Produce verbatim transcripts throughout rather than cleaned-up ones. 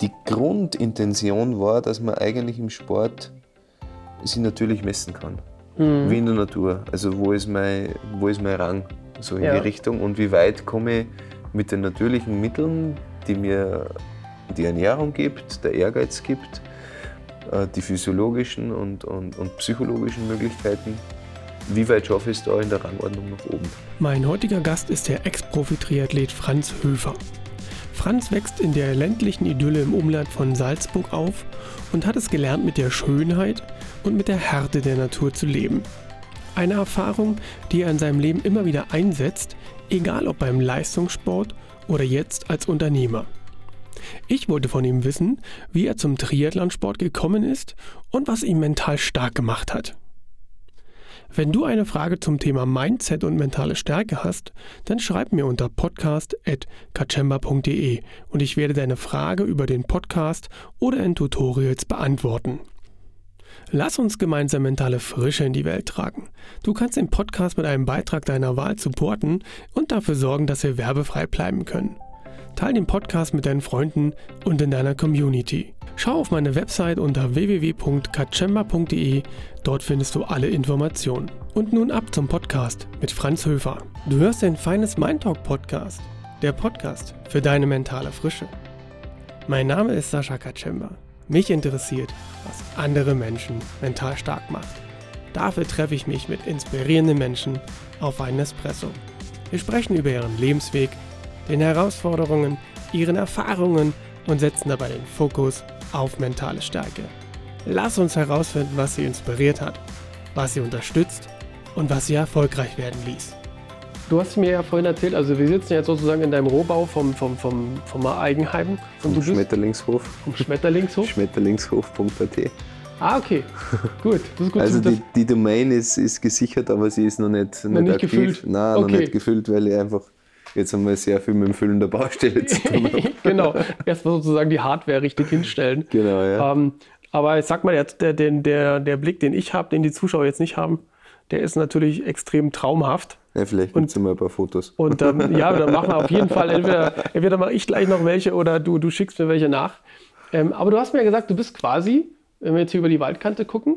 die Grundintention war, dass man eigentlich im Sport sich natürlich messen kann. Mhm. Wie in der Natur. Also wo ist mein, wo ist mein Rang so in ja. die Richtung und wie weit komme ich mit den natürlichen Mitteln, die mir die Ernährung gibt, der Ehrgeiz gibt, die physiologischen und, und, und psychologischen Möglichkeiten. Wie weit schaffe ich es da in der Rangordnung nach oben? Mein heutiger Gast ist der Ex-Profi-Triathlet Franz Höfer. Franz wächst in der ländlichen Idylle im Umland von Salzburg auf und hat es gelernt, mit der Schönheit und mit der Härte der Natur zu leben. Eine Erfahrung, die er in seinem Leben immer wieder einsetzt, egal ob beim Leistungssport oder jetzt als Unternehmer. Ich wollte von ihm wissen, wie er zum Triathlonsport gekommen ist und was ihn mental stark gemacht hat. Wenn du eine Frage zum Thema Mindset und mentale Stärke hast, dann schreib mir unter podcast at kachemba punkt de und ich werde deine Frage über den Podcast oder in Tutorials beantworten. Lass uns gemeinsam mentale Frische in die Welt tragen. Du kannst den Podcast mit einem Beitrag deiner Wahl supporten und dafür sorgen, dass wir werbefrei bleiben können. Teil den Podcast mit deinen Freunden und in deiner Community. Schau auf meine Website unter w w w punkt kachemba punkt de, dort findest du alle Informationen. Und nun ab zum Podcast mit Franz Höfer. Du hörst den Feines Mind Talk Podcast, der Podcast für deine mentale Frische. Mein Name ist Sascha Kachemba. Mich interessiert, was andere Menschen mental stark macht. Dafür treffe ich mich mit inspirierenden Menschen auf einen Espresso. Wir sprechen über ihren Lebensweg, den Herausforderungen, ihren Erfahrungen und setzen dabei den Fokus auf mentale Stärke. Lass uns herausfinden, was sie inspiriert hat, was sie unterstützt und was sie erfolgreich werden ließ. Du hast mir ja vorhin erzählt, also wir sitzen jetzt sozusagen in deinem Rohbau vom, vom, vom, vom Eigenheim. Vom Schmetterlingshof. Vom Schmetterlingshof? Schmetterlingshof punkt a t. Ah, okay. Gut. Das ist gut. Also die, die Domain ist, ist gesichert, aber sie ist noch nicht, noch nicht, nicht aktiv. Gefüllt. Nein, okay. noch nicht gefüllt, weil ich einfach jetzt einmal sehr viel mit dem Füllen der Baustelle zu tun habe. Genau, erstmal sozusagen die Hardware richtig hinstellen. Genau, ja. Ähm, aber ich sag mal, der, der, der, der Blick, den ich habe, den die Zuschauer jetzt nicht haben, der ist natürlich extrem traumhaft. Ja, vielleicht gibt es mal ein paar Fotos. Und ähm, ja, dann machen wir auf jeden Fall, entweder, entweder mache ich gleich noch welche oder du, du schickst mir welche nach. Ähm, aber du hast mir ja gesagt, du bist quasi, wenn wir jetzt hier über die Waldkante gucken,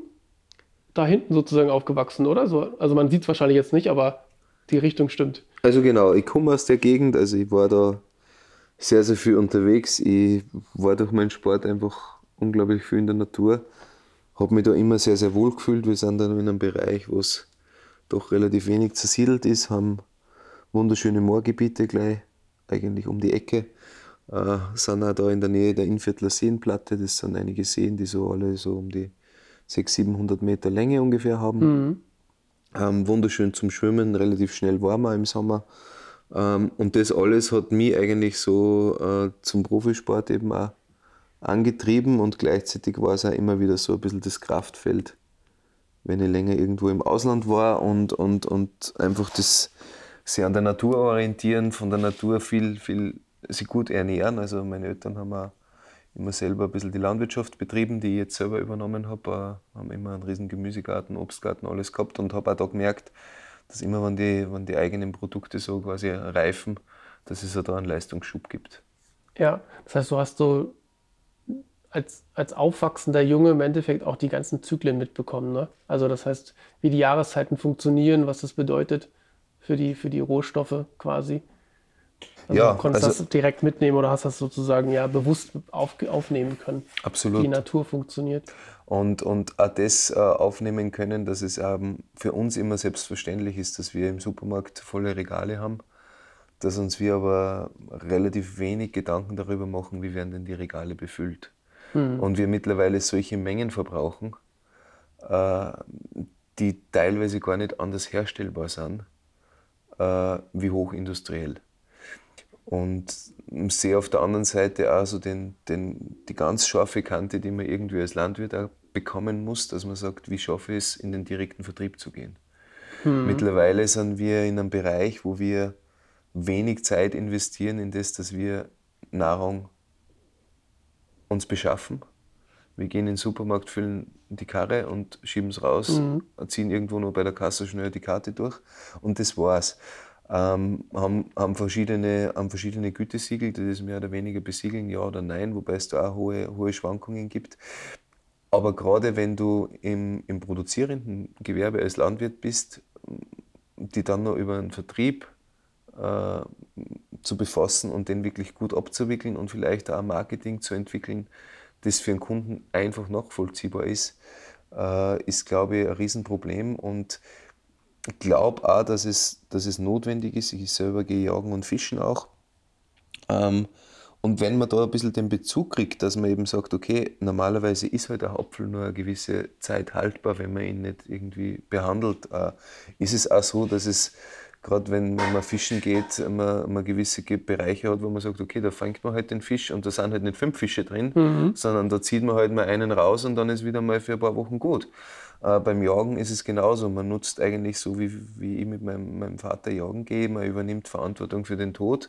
da hinten sozusagen aufgewachsen, oder? So, also man sieht es wahrscheinlich jetzt nicht, aber die Richtung stimmt. Also genau, ich komme aus der Gegend, also ich war da sehr, sehr viel unterwegs. Ich war durch meinen Sport einfach unglaublich viel in der Natur. Habe mich da immer sehr, sehr wohl gefühlt. Wir sind dann in einem Bereich, wo es doch relativ wenig zersiedelt ist, haben wunderschöne Moorgebiete gleich eigentlich um die Ecke. Äh, sind auch da in der Nähe der Innviertler Seenplatte. Das sind einige Seen, die so alle so um die sechshundert, siebenhundert Meter Länge ungefähr haben. Mhm. Ähm, wunderschön zum Schwimmen, relativ schnell warmer im Sommer. Ähm, und das alles hat mich eigentlich so äh, zum Profisport eben auch angetrieben und gleichzeitig war es auch immer wieder so ein bisschen das Kraftfeld, wenn ich länger irgendwo im Ausland war und, und, und einfach das sich an der Natur orientieren, von der Natur viel, viel sich gut ernähren. Also meine Eltern haben auch immer selber ein bisschen die Landwirtschaft betrieben, die ich jetzt selber übernommen habe. Äh, haben immer einen riesen Gemüsegarten, Obstgarten, alles gehabt und habe auch da gemerkt, dass immer, wenn die, wenn die eigenen Produkte so quasi reifen, dass es da einen Leistungsschub gibt. Ja, das heißt, du hast so als, als aufwachsender Junge im Endeffekt auch die ganzen Zyklen mitbekommen, ne? Also das heißt, wie die Jahreszeiten funktionieren, was das bedeutet für die, für die Rohstoffe quasi. Also ja, du konntest also, das direkt mitnehmen oder hast das sozusagen ja bewusst auf, aufnehmen können, absolut. wie die Natur funktioniert. Und, und auch das äh, aufnehmen können, dass es ähm, für uns immer selbstverständlich ist, dass wir im Supermarkt volle Regale haben, dass uns wir aber relativ wenig Gedanken darüber machen, wie werden denn die Regale befüllt. Mhm. Und wir mittlerweile solche Mengen verbrauchen, äh, die teilweise gar nicht anders herstellbar sind, äh, wie hochindustriell. Und sehe auf der anderen Seite auch so den, den, die ganz scharfe Kante, die man irgendwie als Landwirt auch bekommen muss, dass man sagt, wie schaffe ich es, in den direkten Vertrieb zu gehen. Mhm. Mittlerweile sind wir in einem Bereich, wo wir wenig Zeit investieren in das, dass wir Nahrung uns beschaffen. Wir gehen in den Supermarkt, füllen die Karre und schieben es raus, mhm. ziehen irgendwo noch bei der Kasse schnell die Karte durch und das war's. ähm, haben, haben, verschiedene, haben verschiedene Gütesiegel, die das mehr oder weniger besiegeln, ja oder nein, wobei es da auch hohe, hohe Schwankungen gibt. Aber gerade wenn du im, im produzierenden Gewerbe als Landwirt bist, die dann noch über einen Vertrieb äh, zu befassen und den wirklich gut abzuwickeln und vielleicht auch ein Marketing zu entwickeln, das für einen Kunden einfach nachvollziehbar ist, äh, ist, glaube ich, ein Riesenproblem. Und ich glaube auch, dass es, dass es notwendig ist. Ich selber gehe jagen und fischen auch. Ähm, und wenn man da ein bisschen den Bezug kriegt, dass man eben sagt, okay, normalerweise ist halt ein Apfel nur eine gewisse Zeit haltbar, wenn man ihn nicht irgendwie behandelt, äh, ist es auch so, dass es, gerade wenn, wenn man fischen geht, man, man gewisse Bereiche hat, wo man sagt, okay, da fängt man halt den Fisch und da sind halt nicht fünf Fische drin, mhm. sondern da zieht man halt mal einen raus und dann ist wieder mal für ein paar Wochen gut. Äh, beim Jagen ist es genauso. Man nutzt eigentlich so, wie, wie ich mit meinem, meinem Vater jagen gehe, man übernimmt Verantwortung für den Tod.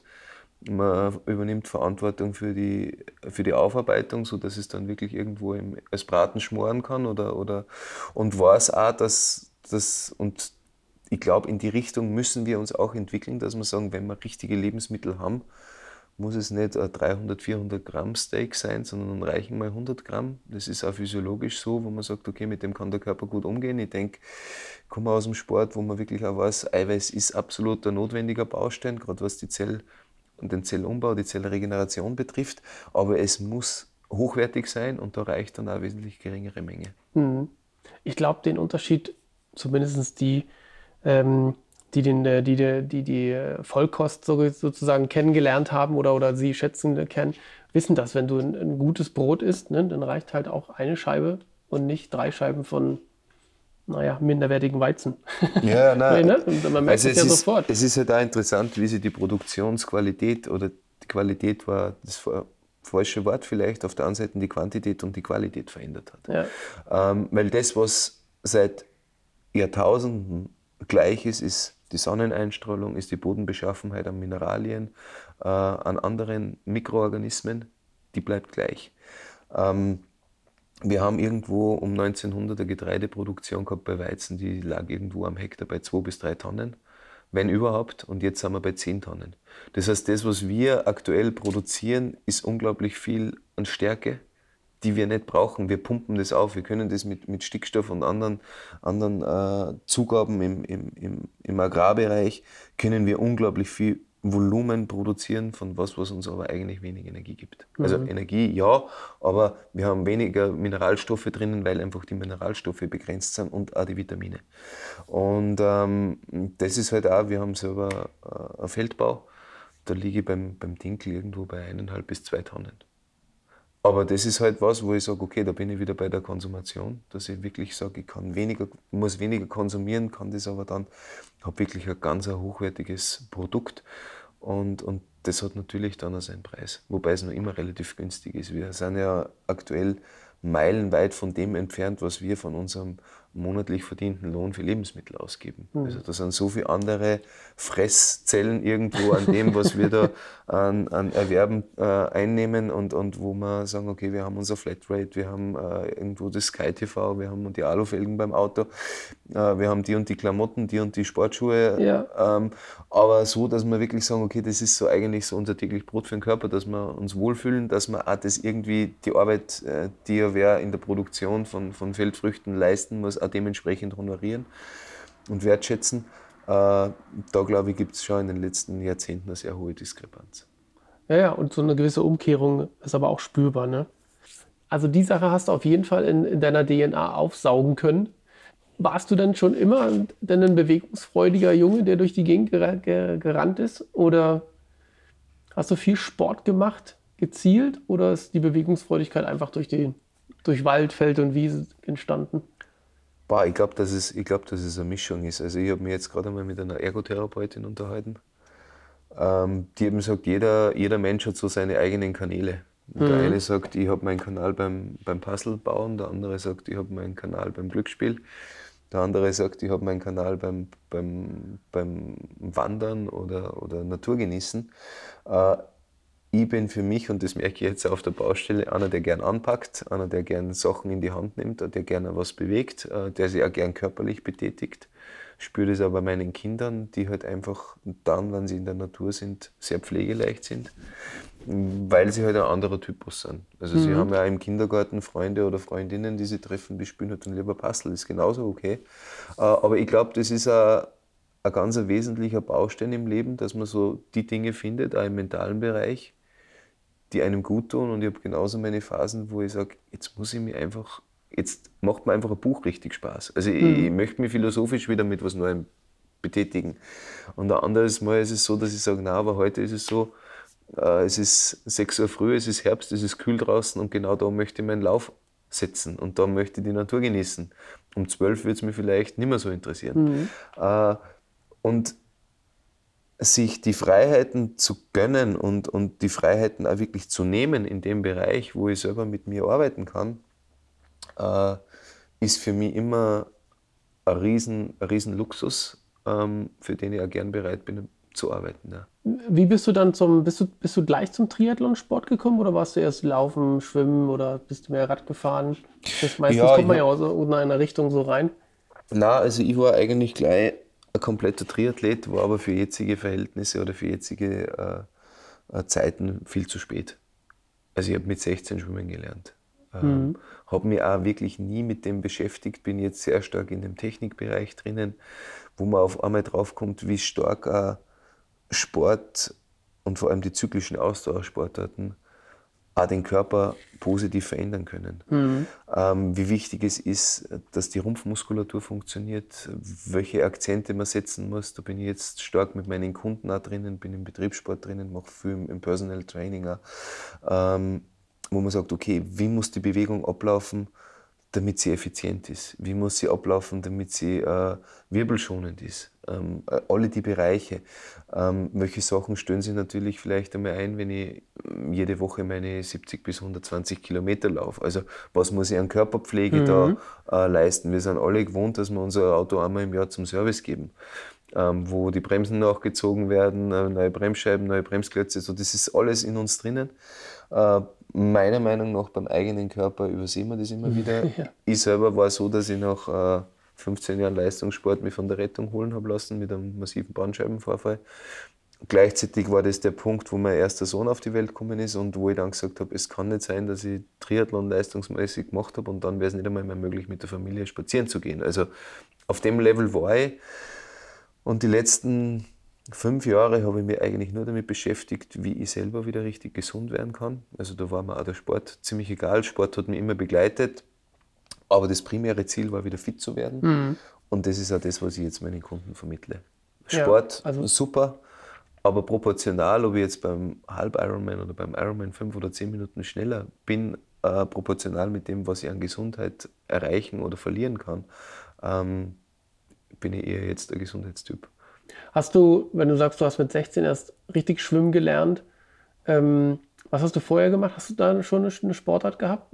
Man übernimmt Verantwortung für die, für die Aufarbeitung, sodass es dann wirklich irgendwo im, als Braten schmoren kann. Oder, oder, und weiß auch, dass das, und ich glaube, in die Richtung müssen wir uns auch entwickeln, dass wir sagen, wenn wir richtige Lebensmittel haben, muss es nicht ein dreihundert, vierhundert Gramm Steak sein, sondern dann reichen mal hundert Gramm. Das ist auch physiologisch so, wo man sagt, okay, mit dem kann der Körper gut umgehen. Ich denke, ich komme aus dem Sport, wo man wirklich auch weiß, Eiweiß ist absolut ein notwendiger Baustein, gerade was die Zell- und den Zellumbau, die Zellregeneration betrifft, aber es muss hochwertig sein und da reicht dann auch eine wesentlich geringere Menge. Ich glaube, den Unterschied, zumindest die, ähm, die, den, die, die, die die Vollkost sozusagen kennengelernt haben oder, oder sie schätzen kennen, wissen das, wenn du ein, ein gutes Brot isst, ne, dann reicht halt auch eine Scheibe und nicht drei Scheiben von naja, minderwertigen Weizen. Ja, nein. Nee, ne? Man merkt also es ja ist, sofort. Es ist halt auch interessant, wie sich die Produktionsqualität oder die Qualität war das falsche Wort vielleicht, auf der einen Seite die Quantität und die Qualität verändert hat. Ja. Ähm, weil das, was seit Jahrtausenden gleich ist, ist die Sonneneinstrahlung, ist die Bodenbeschaffenheit an Mineralien, äh, an anderen Mikroorganismen, die bleibt gleich. Ähm, Wir haben irgendwo um neunzehnhundert eine Getreideproduktion gehabt bei Weizen, die lag irgendwo am Hektar bei zwei bis drei Tonnen, wenn überhaupt, und jetzt sind wir bei zehn Tonnen. Das heißt, das, was wir aktuell produzieren, ist unglaublich viel an Stärke, die wir nicht brauchen. Wir pumpen das auf, wir können das mit, mit Stickstoff und anderen, anderen äh, Zugaben im, im, im, im Agrarbereich, können wir unglaublich viel Volumen produzieren von was, was uns aber eigentlich wenig Energie gibt. Mhm. Also Energie ja, aber wir haben weniger Mineralstoffe drinnen, weil einfach die Mineralstoffe begrenzt sind und auch die Vitamine. Und ähm, das ist halt auch, wir haben selber äh, einen Feldbau, da liege ich beim, beim Dinkel irgendwo bei eineinhalb bis zwei Tonnen. Aber das ist halt was, wo ich sage, okay, da bin ich wieder bei der Konsumation, dass ich wirklich sage, ich kann weniger, muss weniger konsumieren, kann das aber dann, habe wirklich ein ganz ein hochwertiges Produkt und, und das hat natürlich dann auch seinen Preis, wobei es noch immer relativ günstig ist. Wir sind ja aktuell meilenweit von dem entfernt, was wir von unserem monatlich verdienten Lohn für Lebensmittel ausgeben. Mhm. Also da sind so viele andere Fresszellen irgendwo an dem, was wir da an, an Erwerben äh, einnehmen und, und wo wir sagen, okay, wir haben unser Flatrate, wir haben äh, irgendwo das Sky T V, wir haben die Alufelgen beim Auto, äh, wir haben die und die Klamotten, die und die Sportschuhe, ja. ähm, aber so, dass wir wirklich sagen, okay, das ist so eigentlich so unser täglich Brot für den Körper, dass wir uns wohlfühlen, dass wir auch das irgendwie, die Arbeit, äh, die ja wer in der Produktion von, von Feldfrüchten leisten muss, auch dementsprechend honorieren und wertschätzen. Äh, da, glaube ich, gibt es schon in den letzten Jahrzehnten eine sehr hohe Diskrepanz. Ja, ja, und so eine gewisse Umkehrung ist aber auch spürbar, ne? Also die Sache hast du auf jeden Fall in, in deiner D N A aufsaugen können. Warst du denn schon immer denn ein bewegungsfreudiger Junge, der durch die Gegend ger- ger- gerannt ist? Oder hast du viel Sport gemacht, gezielt? Oder ist die Bewegungsfreudigkeit einfach durch, die, durch Wald, Feld und Wiese entstanden? Boah, ich glaube, dass, es, glaub, dass es eine Mischung ist. Also ich habe mich jetzt gerade einmal mit einer Ergotherapeutin unterhalten, ähm, die eben sagt, jeder, jeder Mensch hat so seine eigenen Kanäle. Und mhm. Der eine sagt, ich habe meinen Kanal beim, beim Puzzle bauen, der andere sagt, ich habe meinen Kanal beim Glücksspiel, der andere sagt, ich habe meinen Kanal beim, beim, beim Wandern oder, oder Naturgenießen. Äh, Ich bin für mich, und das merke ich jetzt auf der Baustelle, einer, der gern anpackt, einer, der gern Sachen in die Hand nimmt, der gerne was bewegt, der sich auch gern körperlich betätigt. spüre das auch bei meinen Kindern, die halt einfach dann, wenn sie in der Natur sind, sehr pflegeleicht sind, weil sie halt ein anderer Typus sind. Also sie Mhm. haben ja auch im Kindergarten Freunde oder Freundinnen, die sie treffen, die spielen halt dann lieber Puzzle, ist genauso okay. Äh, Aber ich glaube, das ist ein, ein ganz ein wesentlicher Baustein im Leben, dass man so die Dinge findet, auch im mentalen Bereich, die einem gut tun. Und ich habe genauso meine Phasen, wo ich sage, jetzt muss ich mich einfach, jetzt macht mir einfach ein Buch richtig Spaß. Also ich, ich Mhm. möchte mich philosophisch wieder mit was Neuem betätigen. Und ein anderes Mal ist es so, dass ich sage, na, aber heute ist es so, äh, es ist sechs Uhr früh, es ist Herbst, es ist kühl draußen und genau da möchte ich meinen Lauf setzen und da möchte ich die Natur genießen. Um zwölf wird es mich vielleicht nicht mehr so interessieren. Mhm. Äh, und sich die Freiheiten zu gönnen und, und die Freiheiten auch wirklich zu nehmen in dem Bereich, wo ich selber mit mir arbeiten kann, äh, ist für mich immer ein riesen, ein riesen Luxus, ähm, für den ich auch gern bereit bin zu arbeiten. Ja. Wie bist du dann zum, bist du, bist du gleich zum Triathlonsport gekommen oder warst du erst Laufen, Schwimmen oder bist du mehr Rad gefahren? Das meistens Ja, kommt ich man ja hab, aus irgendeiner Richtung so rein. na, also ich war eigentlich gleich ein kompletter Triathlet, war aber für jetzige Verhältnisse oder für jetzige äh, äh, Zeiten viel zu spät. Also ich habe mit sechzehn schwimmen gelernt. Ähm, Mhm. habe mich auch wirklich nie mit dem beschäftigt, bin jetzt sehr stark in dem Technikbereich drinnen, wo man auf einmal draufkommt, wie stark auch Sport und vor allem die zyklischen Ausdauersportarten auch den Körper positiv verändern können. Mhm. Ähm, wie wichtig es ist, dass die Rumpfmuskulatur funktioniert, welche Akzente man setzen muss. Da bin ich jetzt stark mit meinen Kunden auch drinnen, bin im Betriebssport drinnen, mache viel im Personal Training auch, ähm, wo man sagt, okay, wie muss die Bewegung ablaufen, damit sie effizient ist? Wie muss sie ablaufen, damit sie äh, wirbelschonend ist? Ähm, äh, alle die Bereiche. Ähm, welche Sachen stellen sich natürlich vielleicht einmal ein, wenn ich ähm, jede Woche meine siebzig bis hundertzwanzig Kilometer laufe? Also was muss ich an Körperpflege da Mhm. äh, leisten? Wir sind alle gewohnt, dass wir unser Auto einmal im Jahr zum Service geben, ähm, wo die Bremsen nachgezogen werden, äh, neue Bremsscheiben, neue Bremsklötze. So, das ist alles in uns drinnen. Äh, meiner Meinung nach beim eigenen Körper übersehen wir das immer wieder. Ja. Ich selber war so, dass ich nach äh, fünfzehn Jahren Leistungssport mich von der Rettung holen habe lassen mit einem massiven Bandscheibenvorfall. Gleichzeitig war das der Punkt, wo mein erster Sohn auf die Welt gekommen ist und wo ich dann gesagt habe, es kann nicht sein, dass ich Triathlon leistungsmäßig gemacht habe und dann wäre es nicht einmal mehr möglich, mit der Familie spazieren zu gehen. Also auf dem Level war ich und die letzten fünf Jahre habe ich mich eigentlich nur damit beschäftigt, wie ich selber wieder richtig gesund werden kann. Also da war mir auch der Sport ziemlich egal. Sport hat mich immer begleitet, aber das primäre Ziel war wieder fit zu werden. Mhm. Und das ist auch das, was ich jetzt meinen Kunden vermittle. Ja, Sport, also super, aber proportional, ob ich jetzt beim Halb-Ironman oder beim Ironman fünf oder zehn Minuten schneller bin, äh, proportional mit dem, was ich an Gesundheit erreichen oder verlieren kann, ähm, bin ich eher jetzt der Gesundheitstyp. hast du, wenn du sagst, du hast mit sechzehn erst richtig schwimmen gelernt, ähm, was hast du vorher gemacht? Hast du da schon eine, eine Sportart gehabt?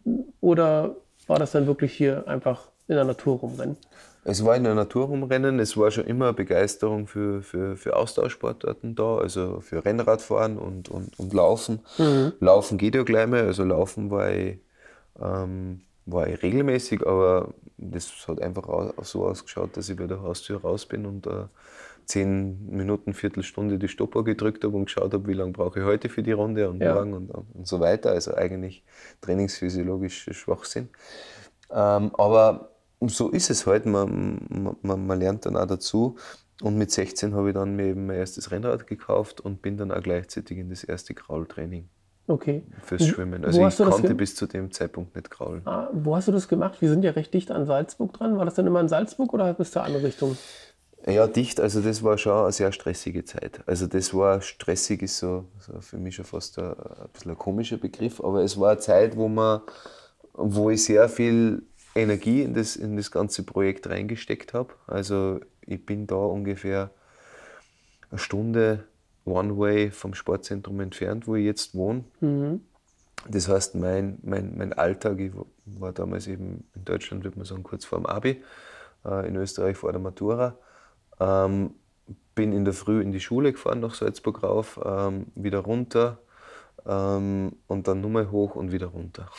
Oder war das dann wirklich hier einfach in der Natur rumrennen? Es war in der Natur rumrennen, es war schon immer eine Begeisterung für, für, für Austauschsportarten da, also für Rennradfahren und, und, und Laufen. Mhm. Laufen geht ja gleich mal, also Laufen war ich, ähm, war ich regelmäßig, aber das hat einfach au- so ausgeschaut, dass ich bei der Haustür raus bin und äh, zehn Minuten, Viertelstunde die Stoppuhr gedrückt habe und geschaut habe, wie lange brauche ich heute für die Runde und Ja. morgen und, und so weiter. Also eigentlich trainingsphysiologisch Schwachsinn. Ähm, aber so ist es halt, man, man, man lernt dann auch dazu. Und mit sechzehn habe ich dann mir eben mein erstes Rennrad gekauft und bin dann auch gleichzeitig in das erste Kraultraining Okay. fürs Und Schwimmen. Also wo hast ich du das konnte ge bis zu dem Zeitpunkt nicht kraulen. ah, wo hast du das gemacht? Wir sind ja recht dicht an Salzburg dran. War das dann immer in Salzburg oder bist du in eine andere Richtung? Ja, dicht, also das war schon eine sehr stressige Zeit. Also das war, stressig ist so, so für mich schon fast ein, ein bisschen ein komischer Begriff, aber es war eine Zeit, wo man, wo ich sehr viel Energie in das, in das ganze Projekt reingesteckt habe. Also ich bin da ungefähr eine Stunde One-Way vom Sportzentrum entfernt, wo ich jetzt wohne. Mhm. Das heißt, mein, mein, mein Alltag, ich war damals eben in Deutschland, würde man sagen, kurz vor dem Abi, äh, in Österreich vor der Matura. Ähm, bin in der Früh in die Schule gefahren, nach Salzburg rauf, ähm, wieder runter ähm, und dann nochmal hoch und wieder runter.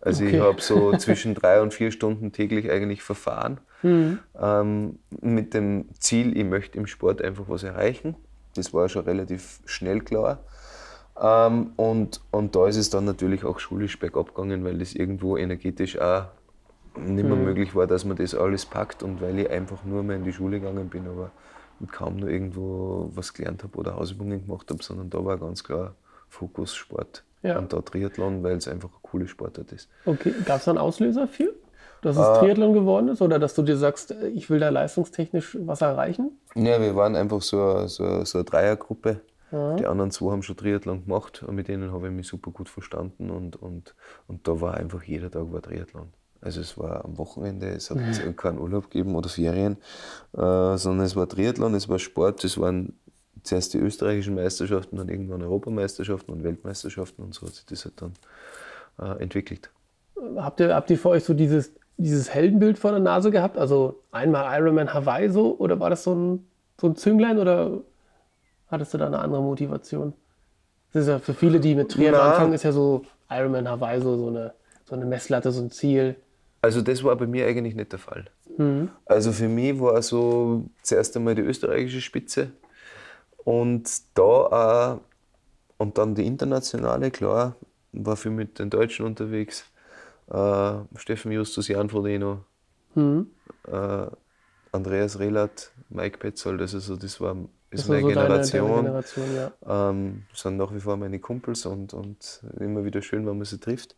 Also ich Okay. habe so zwischen drei und vier Stunden täglich eigentlich verfahren, Mhm. ähm, mit dem Ziel, ich möchte im Sport einfach was erreichen. Das war schon relativ schnell klar. Ähm, und, und da ist es dann natürlich auch schulisch bergab gegangen, weil das irgendwo energetisch auch nicht mehr Mhm. möglich war, dass man das alles packt und weil ich einfach nur mehr in die Schule gegangen bin, aber kaum nur irgendwo was gelernt habe oder Hausübungen gemacht habe, sondern da war ganz klar Fokus Sport Ja. und da Triathlon, weil es einfach eine coole Sportart ist. Okay. Gab es da einen Auslöser für, dass es Äh, Triathlon geworden ist oder dass du dir sagst, äh, ich will da leistungstechnisch was erreichen? ja, wir waren einfach so eine, so eine, so eine Dreiergruppe. Ja. Die anderen zwei haben schon Triathlon gemacht und mit denen habe ich mich super gut verstanden und, und, und da war einfach jeder Tag war Triathlon. Also es war am Wochenende, es hat keinen Urlaub gegeben oder Ferien, äh, sondern es war Triathlon, es war Sport, es waren zuerst die österreichischen Meisterschaften, dann irgendwann Europameisterschaften und Weltmeisterschaften und so hat sich das halt dann äh, entwickelt. Habt ihr, habt ihr für euch so dieses, dieses Heldenbild vor der Nase gehabt? Also einmal Ironman Hawaii so oder war das so ein, so ein Zünglein oder hattest du da eine andere Motivation? Das ist ja für viele, die mit Triathlon anfangen, Na, ist ja so Ironman Hawaii so, so eine, so eine Messlatte, so ein Ziel. also das war bei mir eigentlich nicht der Fall. Mhm. Also für mich war so zuerst einmal die österreichische Spitze und da auch, und dann die internationale, klar, war viel mit den Deutschen unterwegs. Äh, Steffen Justus, Jan Frodeno, Mhm. äh, Andreas Relat, Mike Petzold, also so, das war, ist Das war meine so deine, deine Generation. Generation, ja. Ähm, sind nach wie vor meine Kumpels und, und immer wieder schön, wenn man sie trifft.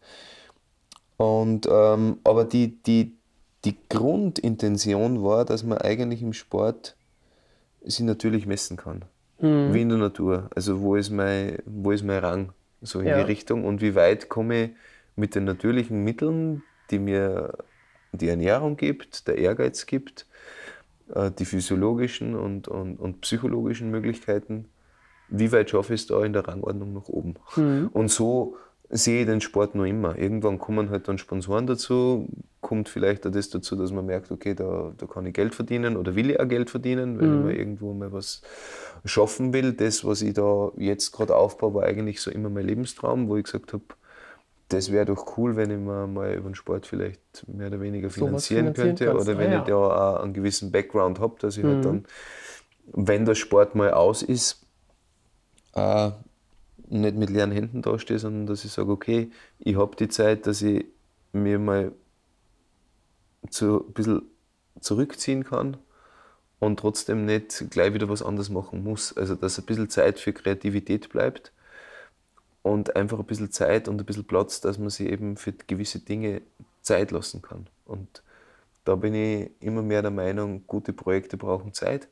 Und, ähm, aber die, die, die Grundintention war, dass man eigentlich im Sport sich natürlich messen kann. Wie Mhm. in der Natur. Also wo ist mein, wo ist mein Rang? So in die Ja. Richtung. Und wie weit komme ich mit den natürlichen Mitteln, die mir die Ernährung gibt, der Ehrgeiz gibt, äh, die physiologischen und, und, und psychologischen Möglichkeiten, wie weit schaffe ich es da in der Rangordnung nach oben? Mhm. Und so sehe ich den Sport noch immer. Irgendwann kommen halt dann Sponsoren dazu, kommt vielleicht auch das dazu, dass man merkt, okay, da, da kann ich Geld verdienen oder will ich auch Geld verdienen, weil ich Mhm. mir irgendwo mal was schaffen will. Das, was ich da jetzt gerade aufbaue, war eigentlich so immer mein Lebenstraum, wo ich gesagt habe, das wäre doch cool, wenn ich mir mal über den Sport vielleicht mehr oder weniger Sowas finanzieren finanzieren könnte kannst. oder Ah wenn ich ja. da auch einen gewissen Background habe, dass ich halt Mhm. dann, wenn der Sport mal aus ist, äh, nicht mit leeren Händen dastehe, sondern dass ich sage, okay, ich habe die Zeit, dass ich mir mal zu, ein bisschen zurückziehen kann und trotzdem nicht gleich wieder was anderes machen muss. Also dass ein bisschen Zeit für Kreativität bleibt und einfach ein bisschen Zeit und ein bisschen Platz, dass man sich eben für gewisse Dinge Zeit lassen kann. Und da bin ich immer mehr der Meinung, gute Projekte brauchen Zeit,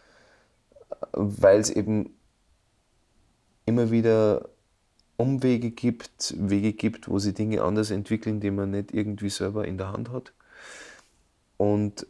weil es eben immer wieder Umwege gibt, Wege gibt, wo sie Dinge anders entwickeln, die man nicht irgendwie selber in der Hand hat. Und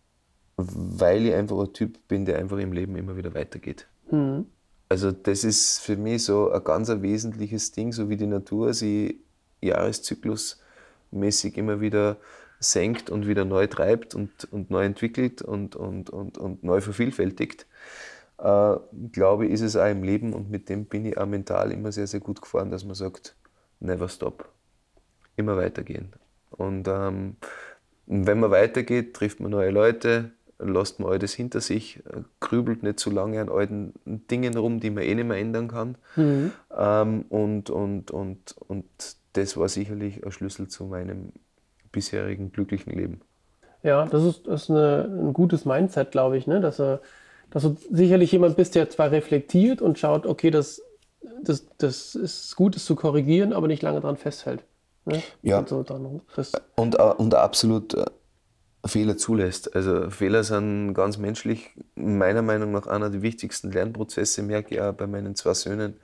weil ich einfach ein Typ bin, der einfach im Leben immer wieder weitergeht. Mhm. Also das ist für mich so ein ganz ein wesentliches Ding, so wie die Natur sie jahreszyklusmäßig immer wieder senkt und wieder neu treibt und, und neu entwickelt und, und, und, und neu vervielfältigt. Äh, glaube ich, ist es auch im Leben und mit dem bin ich auch mental immer sehr, sehr gut gefahren, dass man sagt, never stop, immer weitergehen. Und ähm, wenn man weitergeht, trifft man neue Leute, lässt man Altes hinter sich, grübelt nicht zu lange an alten Dingen rum, die man eh nicht mehr ändern kann. Mhm. Ähm, und, und, und, und das war sicherlich ein Schlüssel zu meinem bisherigen glücklichen Leben. Ja, das ist, das ist eine, ein gutes Mindset, glaube ich, ne? Dass, er, dass du sicherlich jemand bist, der zwar reflektiert und schaut, okay, das, das, das ist gut, es zu korrigieren, aber nicht lange dran festhält. Ne? Ja, Und so dann das, und, äh, und absolut äh, Fehler zulässt. Also Fehler sind ganz menschlich. Meiner Meinung nach einer der wichtigsten Lernprozesse, merke ich auch bei meinen zwei Söhnen,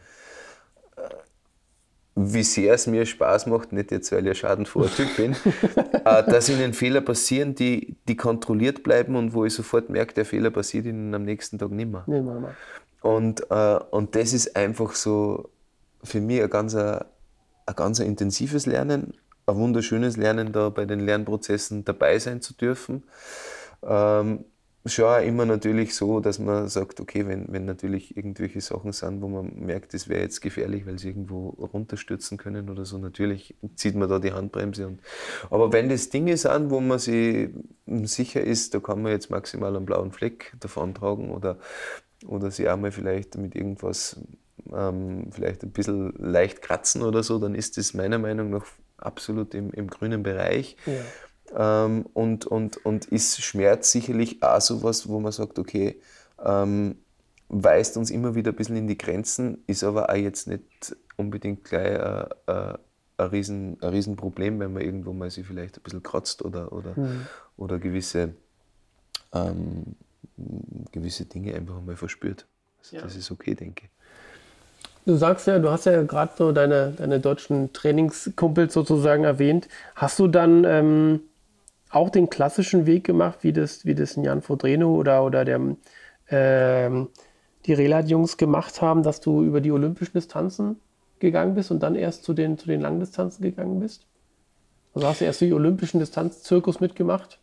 wie sehr es mir Spaß macht, nicht jetzt, weil ich ein schadenfroher Typ bin, äh, dass ihnen Fehler passieren, die, die kontrolliert bleiben und wo ich sofort merke, der Fehler passiert ihnen am nächsten Tag nicht mehr. nehmen wir mal. Und, äh, und das ist einfach so für mich ein ganz, ein, ein ganz intensives Lernen, ein wunderschönes Lernen, da bei den Lernprozessen dabei sein zu dürfen. Ähm, schon auch immer natürlich so, dass man sagt, okay, wenn, wenn natürlich irgendwelche Sachen sind, wo man merkt, das wäre jetzt gefährlich, weil sie irgendwo runterstürzen können oder so, natürlich zieht man da die Handbremse. Und, aber wenn das Dinge sind, wo man sich sicher ist, da kann man jetzt maximal einen blauen Fleck davontragen oder, oder sich einmal vielleicht mit irgendwas ähm, vielleicht ein bisschen leicht kratzen oder so, dann ist das meiner Meinung nach absolut im, im grünen Bereich. Ja. Ähm, und, und, und ist Schmerz sicherlich auch sowas, wo man sagt, okay, ähm, weist uns immer wieder ein bisschen in die Grenzen, ist aber auch jetzt nicht unbedingt gleich ein, ein, ein, Riesen, ein Riesenproblem, wenn man irgendwo mal sich vielleicht ein bisschen kratzt oder, oder, Mhm. oder gewisse, ähm, gewisse Dinge einfach mal verspürt. Also Ja. das ist okay, denke ich. Du sagst ja, du hast ja gerade so deine, deine deutschen Trainingskumpels sozusagen erwähnt. Hast du dann ähm, auch den klassischen Weg gemacht, wie das, wie das ein Jan Frodeno oder, oder der, ähm, die Relat-Jungs gemacht haben, dass du über die olympischen Distanzen gegangen bist und dann erst zu den, zu den Langdistanzen gegangen bist? Also hast du erst die olympischen Distanzzirkus mitgemacht?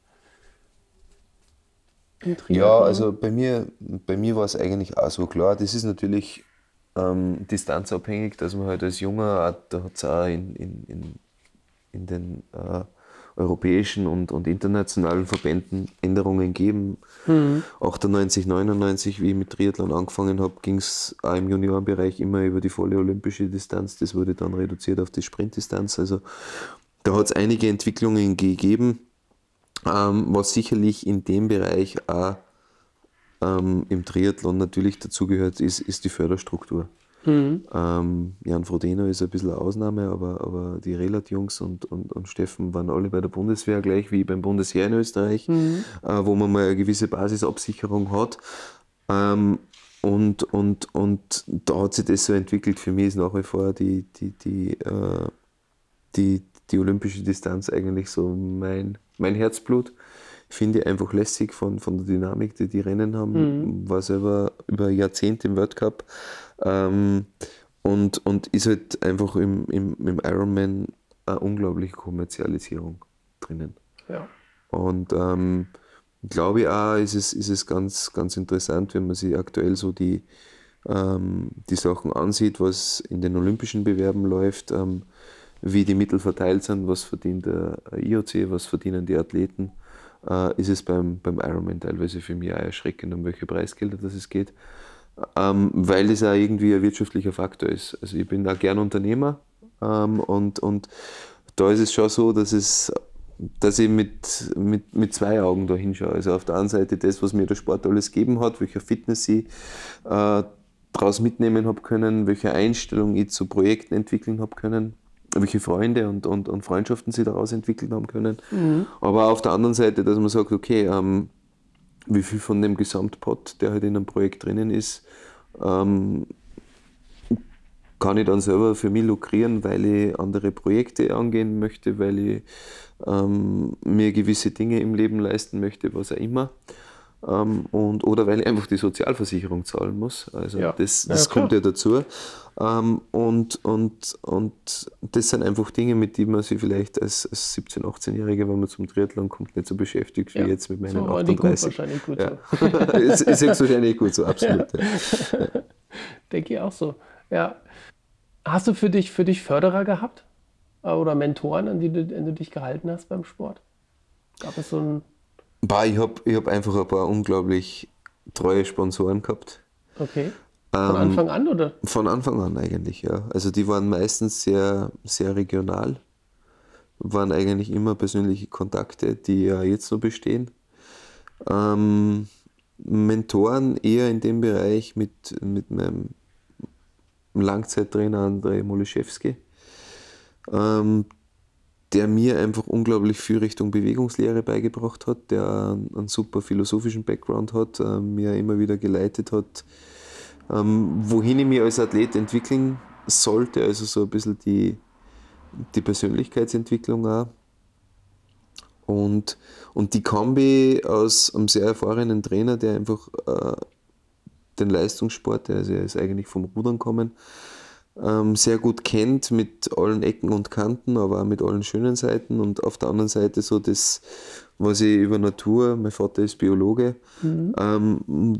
Im Ja, Triathlon? also bei mir, bei mir war es eigentlich auch so klar. Das ist natürlich ähm, distanzabhängig, dass man halt als Junger, auch- da hat es auch in, in, in, in den äh, europäischen und, und internationalen Verbänden Änderungen gegeben. Mhm. achtundneunzig, neunundneunzig, wie ich mit Triathlon angefangen habe, ging es auch im Juniorenbereich immer über die volle olympische Distanz. Das wurde dann reduziert auf die Sprintdistanz. Also da hat es einige Entwicklungen gegeben, ähm, was sicherlich in dem Bereich auch ähm, im Triathlon natürlich dazugehört, ist, ist die Förderstruktur. Mhm. Ähm, Jan Frodeno ist ein bisschen eine Ausnahme, aber, aber die Relat-Jungs und, und, und Steffen waren alle bei der Bundeswehr, gleich wie beim Bundesheer in Österreich, Mhm. äh, wo man mal eine gewisse Basisabsicherung hat. Ähm, und, und, und da hat sich das so entwickelt. Für mich ist nach wie vor die, die, die, äh, die, die olympische Distanz eigentlich so mein, mein Herzblut. Finde ich einfach lässig von, von der Dynamik, die die Rennen haben. Mhm. War selber über Jahrzehnte im World Cup. Ähm, und, und ist halt einfach im, im, im Ironman eine unglaubliche Kommerzialisierung drinnen. Ja. Und ähm, glaube ich auch, ist es, ist es ganz, ganz interessant, wenn man sich aktuell so die, ähm, die Sachen ansieht, was in den olympischen Bewerben läuft, ähm, wie die Mittel verteilt sind, was verdient der I O C, was verdienen die Athleten, äh, ist es beim, beim Ironman teilweise für mich auch erschreckend, um welche Preisgelder das es geht, ähm, weil das auch irgendwie ein wirtschaftlicher Faktor ist. Also ich bin auch gern Unternehmer ähm, und, und da ist es schon so, dass es dass ich mit, mit, mit zwei Augen da hinschaue. Also auf der einen Seite das, was mir der Sport alles gegeben hat, welche Fitness ich äh, daraus mitnehmen habe können, welche Einstellung ich zu Projekten entwickeln habe können, welche Freunde und, und, und Freundschaften sie daraus entwickeln haben können. Mhm. Aber auf der anderen Seite, dass man sagt, okay, ähm, wie viel von dem Gesamtpot, der halt in einem Projekt drinnen ist, ähm, kann ich dann selber für mich lukrieren, weil ich andere Projekte angehen möchte, weil ich ähm, mir gewisse Dinge im Leben leisten möchte, was auch immer. Ähm, und, oder weil ich einfach die Sozialversicherung zahlen muss. Also Ja. das, Ja, das klar. kommt ja dazu. Ähm, und, und, und das sind einfach Dinge, mit denen man sich vielleicht als, als siebzehn-, achtzehnjähriger, wenn man zum Triathlon kommt, nicht so beschäftigt wie Ja. jetzt mit meinen So waren die gut, achtunddreißig. wahrscheinlich gut Ja. so. ist, ist höchstwahrscheinlich gut so, absolut. Ja. Denke ich auch so. Ja. Hast du für dich, für dich Förderer gehabt? Äh, Oder Mentoren, an die du, an die du dich gehalten hast beim Sport? Gab es so ein. Bah, ich habe ich hab einfach ein paar unglaublich treue Sponsoren gehabt. Okay. Von Ähm, Anfang an, oder? Von Anfang an eigentlich, ja. Also die waren meistens sehr, sehr regional, waren eigentlich immer persönliche Kontakte, die ja jetzt noch bestehen. Ähm, Mentoren eher in dem Bereich mit, mit meinem Langzeittrainer Andrei Moliszewski, ähm, der mir einfach unglaublich viel Richtung Bewegungslehre beigebracht hat, der einen, einen super philosophischen Background hat, äh, mir immer wieder geleitet hat, ähm, wohin ich mich als Athlet entwickeln sollte, also so ein bisschen die, die Persönlichkeitsentwicklung auch. Und, und die Kombi aus einem sehr erfahrenen Trainer, der einfach äh, den Leistungssport, der also er ist eigentlich vom Rudern kommen, ähm, sehr gut kennt mit allen Ecken und Kanten, aber auch mit allen schönen Seiten. Und auf der anderen Seite so das, was ich über Natur, mein Vater ist Biologe, Mhm. ähm,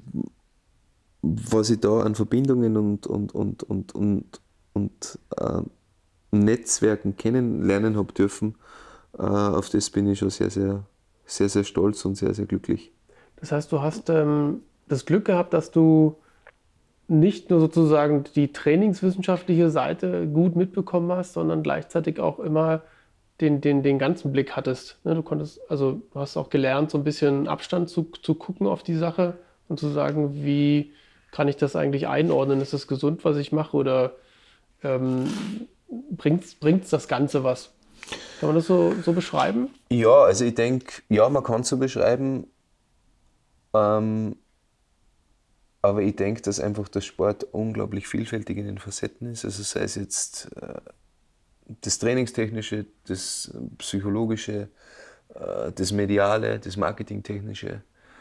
was ich da an Verbindungen und, und, und, und, und, und äh, Netzwerken kennenlernen habe dürfen, äh, auf das bin ich schon sehr, sehr, sehr, sehr stolz und sehr, sehr glücklich. Das heißt, du hast ähm, das Glück gehabt, dass du nicht nur sozusagen die trainingswissenschaftliche Seite gut mitbekommen hast, sondern gleichzeitig auch immer den, den, den ganzen Blick hattest. Ne, du konntest, also du hast auch gelernt, so ein bisschen Abstand zu, zu gucken auf die Sache und zu sagen, wie kann ich das eigentlich einordnen? Ist das gesund, was ich mache, oder ähm, bringt bringt's das Ganze was? Kann man das so, so beschreiben? Ja, also ich denke, ja, man kann es so beschreiben, ähm, aber ich denke, dass einfach der Sport unglaublich vielfältig in den Facetten ist. Also sei es jetzt äh, das Trainingstechnische, das Psychologische, äh, das Mediale, das Marketingtechnische,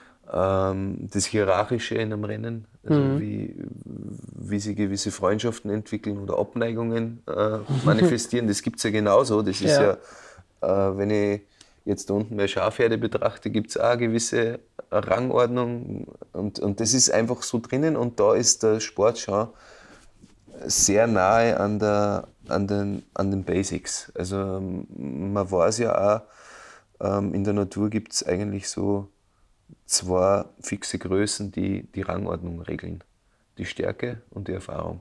ähm, das Hierarchische in einem Rennen, also Mhm. wie, wie sich gewisse Freundschaften entwickeln oder Abneigungen äh, manifestieren, das gibt es ja genauso. Das ist ja, Ja. äh, wenn ich jetzt da unten bei Schafherde betrachte, gibt es auch eine gewisse Rangordnung und, und das ist einfach so drinnen und da ist der Sport schon sehr nahe an, der, an, den, an den Basics. Also ähm, man weiß ja auch, ähm, in der Natur gibt es eigentlich so zwei fixe Größen, die die Rangordnung regeln. Die Stärke und die Erfahrung.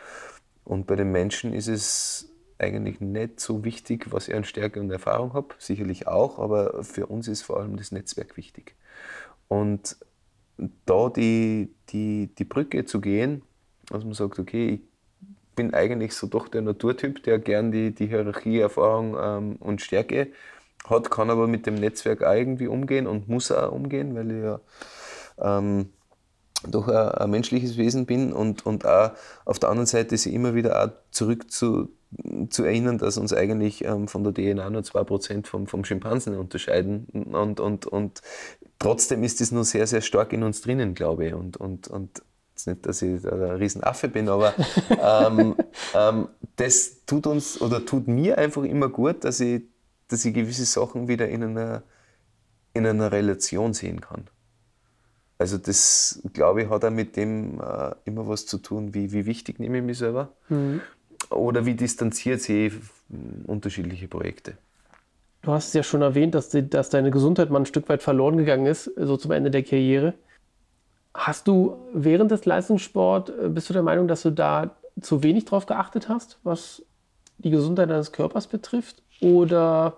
Und bei den Menschen ist es eigentlich nicht so wichtig, was ich an Stärke und Erfahrung habe, sicherlich auch, aber für uns ist vor allem das Netzwerk wichtig. Und da die, die, die Brücke zu gehen, dass man sagt, okay, ich bin eigentlich so doch der Naturtyp, der gern die, die Hierarchie, Erfahrung ähm, und Stärke hat, kann aber mit dem Netzwerk auch irgendwie umgehen und muss auch umgehen, weil ich ja ähm, doch ein, ein menschliches Wesen bin und, und auch auf der anderen Seite sich immer wieder auch zurück zu, zu erinnern, dass uns eigentlich ähm, von der D N A nur zwei Prozent vom, vom Schimpansen unterscheiden und, und, und trotzdem ist das nur sehr, sehr stark in uns drinnen, glaube ich. Und, und, und jetzt nicht, dass ich ein Riesenaffe bin, aber ähm, ähm, das tut uns oder tut mir einfach immer gut, dass ich, dass ich gewisse Sachen wieder in einer, in einer Relation sehen kann. Also das, glaube ich, hat auch mit dem äh, immer was zu tun, wie, wie wichtig nehme ich mich selber Mhm. oder wie distanziert sehe ich unterschiedliche Projekte. Du hast es ja schon erwähnt, dass, die, dass deine Gesundheit mal ein Stück weit verloren gegangen ist, so zum Ende der Karriere. Hast du während des Leistungssports, äh, bist du der Meinung, dass du da zu wenig drauf geachtet hast, was die Gesundheit deines Körpers betrifft? Oder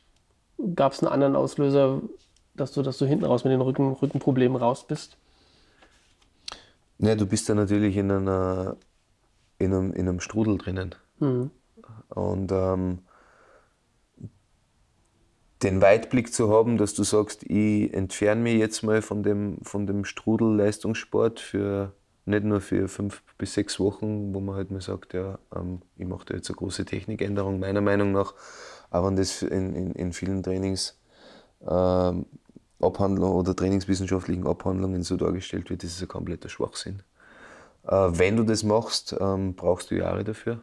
gab es einen anderen Auslöser, dass du, dass du hinten raus mit den Rücken, Rückenproblemen raus bist? Ja, du bist ja natürlich in, einer, in, einem, in einem Strudel drinnen. Mhm. Und ähm, den Weitblick zu haben, dass du sagst, ich entferne mich jetzt mal von dem, von dem Strudel Leistungssport für nicht nur für fünf bis sechs Wochen, wo man halt mal sagt, ja, ähm, ich mache da jetzt eine große Technikänderung, meiner Meinung nach, aber wenn das in, in, in vielen Trainings ähm, Abhandlungen oder trainingswissenschaftlichen Abhandlungen so dargestellt wird, das ist ein kompletter Schwachsinn. Äh, wenn du das machst, ähm, brauchst du Jahre dafür.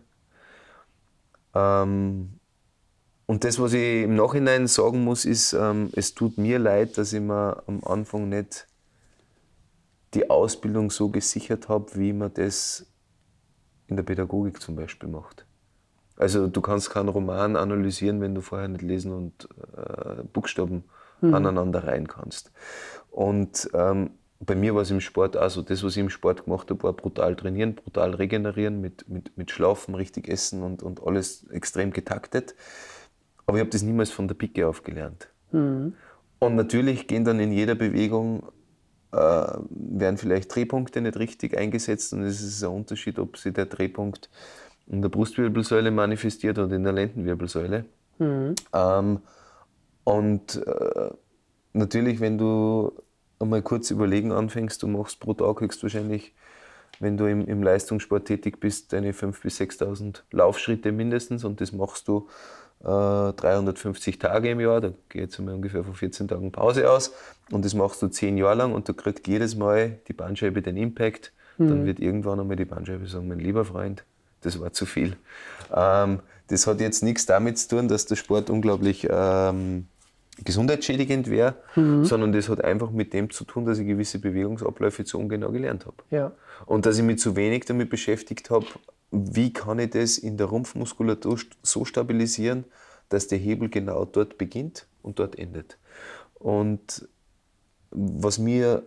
Ähm, Und das, was ich im Nachhinein sagen muss, ist, ähm, es tut mir leid, dass ich mir am Anfang nicht die Ausbildung so gesichert habe, wie man das in der Pädagogik zum Beispiel macht. Also du kannst keinen Roman analysieren, wenn du vorher nicht lesen und äh, Buchstaben Mhm. aneinander rein kannst. Und ähm, bei mir war es im Sport auch so. Das, was ich im Sport gemacht habe, war brutal trainieren, brutal regenerieren, mit, mit, mit Schlafen, richtig essen und, und alles extrem getaktet. Aber ich habe das niemals von der Pike auf gelernt. Mhm. Und natürlich gehen dann in jeder Bewegung, äh, werden vielleicht Drehpunkte nicht richtig eingesetzt und es ist ein Unterschied, ob sich der Drehpunkt in der Brustwirbelsäule manifestiert oder in der Lendenwirbelsäule. Mhm. Ähm, und äh, natürlich, wenn du einmal kurz überlegen anfängst, du machst pro Tag höchstwahrscheinlich, wenn du im, im Leistungssport tätig bist, deine fünftausend bis sechstausend Laufschritte mindestens und das machst du äh, dreihundertfünfzig Tage im Jahr, da geht jetzt einmal ungefähr von vierzehn Tagen Pause aus und das machst du zehn Jahre lang und du kriegst jedes Mal die Bandscheibe den Impact, dann Mhm. wird irgendwann einmal die Bandscheibe sagen, mein lieber Freund, das war zu viel. Ähm, das hat jetzt nichts damit zu tun, dass der Sport unglaublich ähm, gesundheitsschädigend wäre, mhm. sondern das hat einfach mit dem zu tun, dass ich gewisse Bewegungsabläufe zu ungenau gelernt habe. Ja. Und dass ich mich zu wenig damit beschäftigt habe, wie kann ich das in der Rumpfmuskulatur so stabilisieren, dass der Hebel genau dort beginnt und dort endet. Und was mir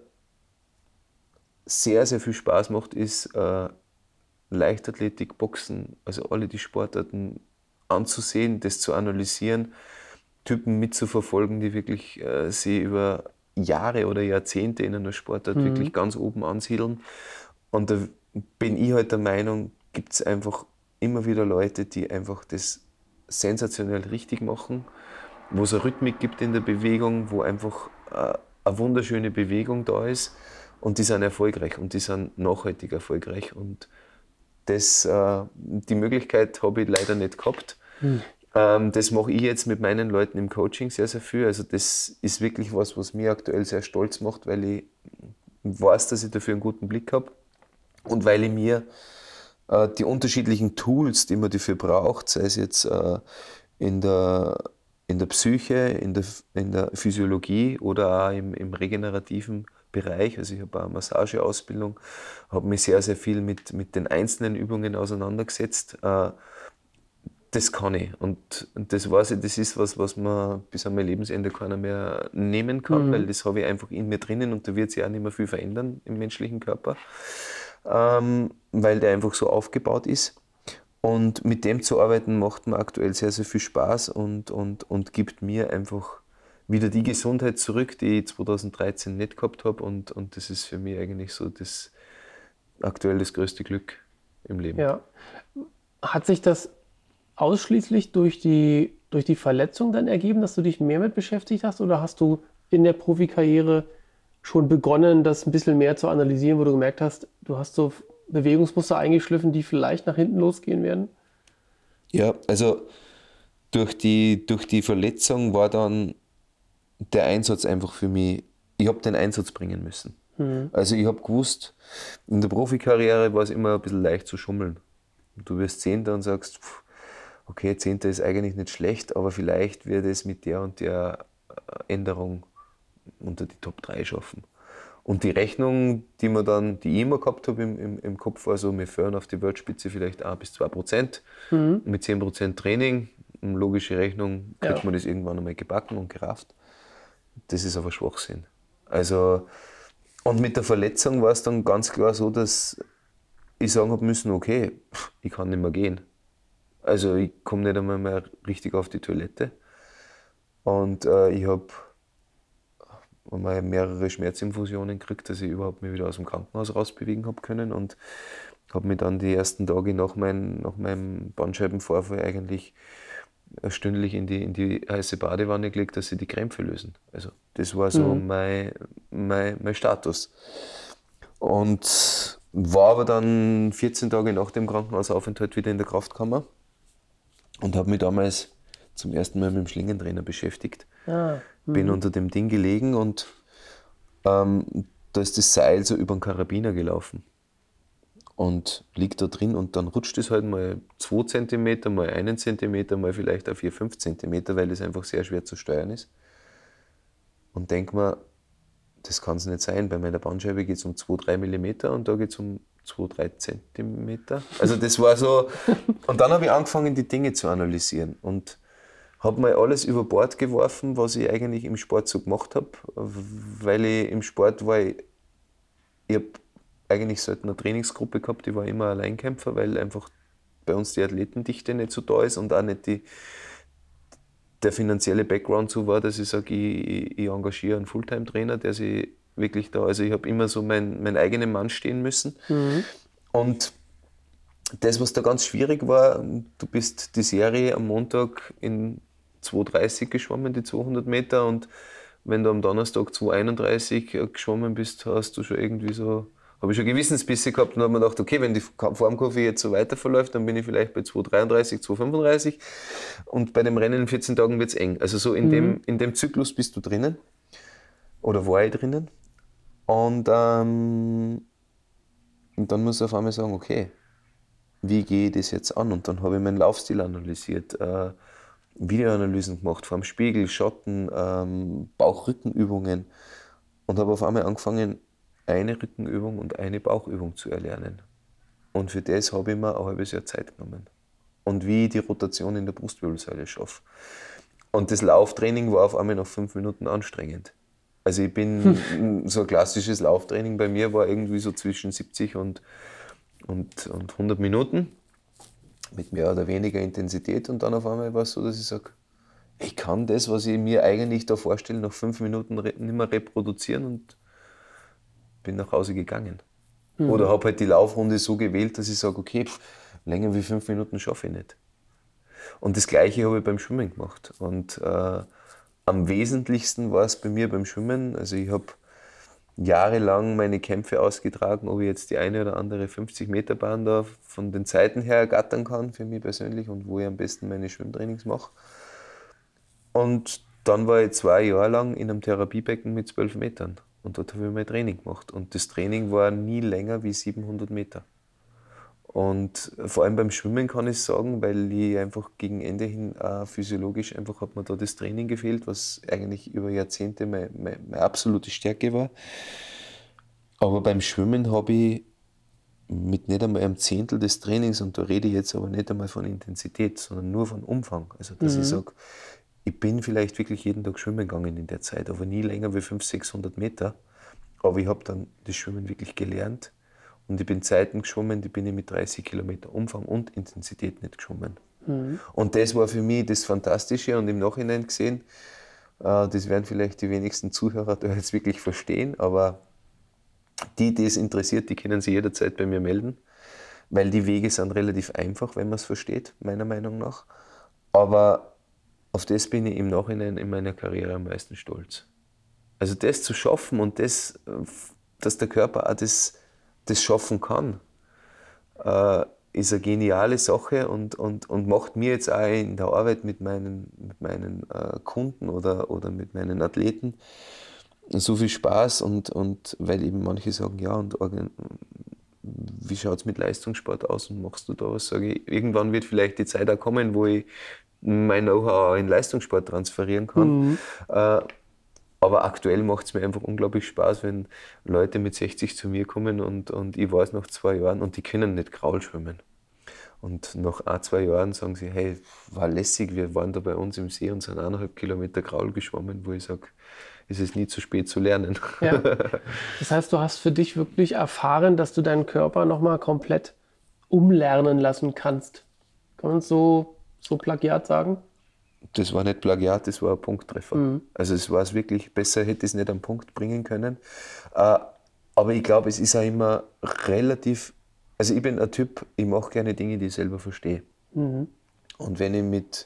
sehr, sehr viel Spaß macht, ist äh, Leichtathletik, Boxen, also alle die Sportarten anzusehen, das zu analysieren, Typen mitzuverfolgen, die wirklich äh, sie über Jahre oder Jahrzehnte in einer Sportart mhm. wirklich ganz oben ansiedeln. Und da bin ich halt der Meinung, gibt es einfach immer wieder Leute, die einfach das sensationell richtig machen, wo es eine Rhythmik gibt in der Bewegung, wo einfach äh, eine wunderschöne Bewegung da ist und die sind erfolgreich und die sind nachhaltig erfolgreich. Und das, äh, die Möglichkeit habe ich leider nicht gehabt. Mhm. Ähm, das mache ich jetzt mit meinen Leuten im Coaching sehr, sehr viel. Also das ist wirklich was, was mich aktuell sehr stolz macht, weil ich weiß, dass ich dafür einen guten Blick habe und weil ich mir äh, die unterschiedlichen Tools, die man dafür braucht, sei es jetzt äh, in der, in der Psyche, in der, in der Physiologie oder auch im, im regenerativen Bereich, also ich habe auch eine Massageausbildung, habe mich sehr, sehr viel mit, mit den einzelnen Übungen auseinandergesetzt. Äh, das kann ich und, und das weiß ich, das ist was, was man bis an mein Lebensende keiner mehr nehmen kann, mhm. weil das habe ich einfach in mir drinnen und da wird sich auch nicht mehr viel verändern im menschlichen Körper, ähm, weil der einfach so aufgebaut ist. Und mit dem zu arbeiten macht mir aktuell sehr, sehr viel Spaß und, und, und gibt mir einfach wieder die Gesundheit zurück, die ich zweitausenddreizehn nicht gehabt habe. Und, und das ist für mich eigentlich so das aktuell das größte Glück im Leben. Ja. Hat sich das ausschließlich durch die, durch die Verletzung dann ergeben, dass du dich mehr mit beschäftigt hast? Oder hast du in der Profikarriere schon begonnen, das ein bisschen mehr zu analysieren, wo du gemerkt hast, du hast so Bewegungsmuster eingeschliffen, die vielleicht nach hinten losgehen werden? Ja, also durch die, durch die Verletzung war dann der Einsatz einfach für mich, ich habe den Einsatz bringen müssen. Mhm. Also ich habe gewusst, in der Profikarriere war es immer ein bisschen leicht zu schummeln. Du wirst Zehnter und sagst, pff, okay, Zehnter ist eigentlich nicht schlecht, aber vielleicht wird es mit der und der Änderung unter die Top drei schaffen. Und die Rechnung, die man dann, die ich immer gehabt habe im, im, im Kopf, war so, wir fahren auf die Weltspitze vielleicht ein bis zwei Prozent. Mhm. Mit zehn Prozent Training, eine logische Rechnung, kriegt ja. man das irgendwann einmal gebacken und gerafft. Das ist aber Schwachsinn. Also, und mit der Verletzung war es dann ganz klar so, dass ich sagen habe müssen, okay, ich kann nicht mehr gehen. Also ich komme nicht einmal mehr richtig auf die Toilette. Und äh, ich habe mal mehrere Schmerzinfusionen gekriegt, dass ich überhaupt mich wieder aus dem Krankenhaus rausbewegen habe können. Und habe mich dann die ersten Tage nach, mein, nach meinem Bandscheibenvorfall eigentlich stündlich in die, in die heiße Badewanne gelegt, dass sie die Krämpfe lösen. Also das war so mhm. mein, mein, mein Status. Und war aber dann vierzehn Tage nach dem Krankenhausaufenthalt wieder in der Kraftkammer und habe mich damals zum ersten Mal mit dem Schlingentrainer beschäftigt. Ah, bin unter dem Ding gelegen und ähm, da ist das Seil so über den Karabiner gelaufen und liegt da drin und dann rutscht es halt mal zwei Zentimeter, mal einen Zentimeter, mal vielleicht auch vier, fünf Zentimeter, weil es einfach sehr schwer zu steuern ist. Und denk mir, das kann es nicht sein. Bei meiner Bandscheibe geht es um zwei bis drei Millimeter und da geht es um zwei bis drei Zentimeter. Also das war so. Und dann habe ich angefangen, die Dinge zu analysieren und habe mal alles über Bord geworfen, was ich eigentlich im Sport so gemacht habe, weil ich im Sport war, ich, ich habe eigentlich selten eine Trainingsgruppe gehabt, ich war immer Alleinkämpfer, weil einfach bei uns die Athletendichte nicht so da ist und auch nicht die, der finanzielle Background so war, dass ich sage, ich, ich engagiere einen Fulltime-Trainer, der sich wirklich da, also ich habe immer so meinen mein eigenen Mann stehen müssen. Mhm. Und das, was da ganz schwierig war, du bist die Serie am Montag in zwei dreißig geschwommen, die zweihundert Meter, und wenn du am Donnerstag zwei einunddreißig geschwommen bist, hast du schon irgendwie so, habe ich schon Gewissensbisse gehabt und habe mir gedacht, okay, wenn die Formkurve jetzt so weiter verläuft, dann bin ich vielleicht bei zwei dreiunddreißig, zwei fünfunddreißig und bei dem Rennen in vierzehn Tagen wird es eng. Also so in, mhm. dem, in dem Zyklus bist du drinnen oder war ich drinnen und, ähm, und dann musst du auf einmal sagen, okay, wie gehe ich das jetzt an? Und dann habe ich meinen Laufstil analysiert, äh, Videoanalysen gemacht, vor dem Spiegel, Schatten, ähm, Bauch-Rückenübungen und habe auf einmal angefangen, eine Rückenübung und eine Bauchübung zu erlernen. Und für das habe ich mir ein halbes Jahr Zeit genommen. Und wie ich die Rotation in der Brustwirbelsäule schaffe. Und das Lauftraining war auf einmal nach fünf Minuten anstrengend. Also ich bin, so ein klassisches Lauftraining bei mir war irgendwie so zwischen siebzig und, und, und hundert Minuten mit mehr oder weniger Intensität. Und dann auf einmal war es so, dass ich sage, ich kann das, was ich mir eigentlich da vorstelle, nach fünf Minuten nicht mehr reproduzieren und bin nach Hause gegangen. Mhm. Oder habe halt die Laufrunde so gewählt, dass ich sage, okay, pff, länger wie fünf Minuten schaffe ich nicht. Und das Gleiche habe ich beim Schwimmen gemacht. Und äh, am wesentlichsten war es bei mir beim Schwimmen. Also ich habe jahrelang meine Kämpfe ausgetragen, ob ich jetzt die eine oder andere fünfzig Meter Bahn da von den Zeiten her ergattern kann, für mich persönlich, und wo ich am besten meine Schwimmtrainings mache. Und dann war ich zwei Jahre lang in einem Therapiebecken mit zwölf Metern. Und dort habe ich mein Training gemacht. Und das Training war nie länger wie siebenhundert Meter. Und vor allem beim Schwimmen kann ich sagen, weil ich einfach gegen Ende hin äh, physiologisch einfach hat mir da das Training gefehlt, was eigentlich über Jahrzehnte meine, meine, meine absolute Stärke war. Aber beim Schwimmen habe ich mit nicht einmal einem Zehntel des Trainings, und da rede ich jetzt aber nicht einmal von Intensität, sondern nur von Umfang. Also dass mhm. ich sage, ich bin vielleicht wirklich jeden Tag schwimmen gegangen in der Zeit, aber nie länger wie fünfhundert, sechshundert Meter. Aber ich habe dann das Schwimmen wirklich gelernt. Und ich bin Zeiten geschwommen, die bin ich mit dreißig Kilometer Umfang und Intensität nicht geschwommen. Mhm. Und das war für mich das Fantastische, und im Nachhinein gesehen, äh, das werden vielleicht die wenigsten Zuhörer da jetzt wirklich verstehen, aber die, die es interessiert, die können sich jederzeit bei mir melden, weil die Wege sind relativ einfach, wenn man es versteht, meiner Meinung nach. Aber auf das bin ich im Nachhinein in meiner Karriere am meisten stolz. Also das zu schaffen und das, dass der Körper auch das das schaffen kann, äh, ist eine geniale Sache und, und, und macht mir jetzt auch in der Arbeit mit meinen, mit meinen äh, Kunden oder, oder mit meinen Athleten so viel Spaß, und, und weil eben manche sagen, ja, und wie schaut es mit Leistungssport aus und machst du da was? Sage ich, irgendwann wird vielleicht die Zeit auch kommen, wo ich mein Know-how in Leistungssport transferieren kann. Mhm. Äh, Aber aktuell macht es mir einfach unglaublich Spaß, wenn Leute mit sechzig zu mir kommen und, und ich weiß nach zwei Jahren, und die können nicht Kraul schwimmen. Und nach ein, zwei Jahren sagen sie, hey, war lässig, wir waren da bei uns im See und sind eineinhalb Kilometer Kraul geschwommen, wo ich sage, es ist nie zu spät zu lernen. Ja. Das heißt, du hast für dich wirklich erfahren, dass du deinen Körper nochmal komplett umlernen lassen kannst. Kann man es so, so Plagiat sagen? Das war nicht Plagiat, das war ein Punkttreffer. Mhm. Also es war es wirklich, besser hätte ich es nicht am Punkt bringen können. Äh, aber ich glaube, es ist auch immer relativ, also ich bin ein Typ, ich mache gerne Dinge, die ich selber verstehe. Mhm. Und wenn ich mit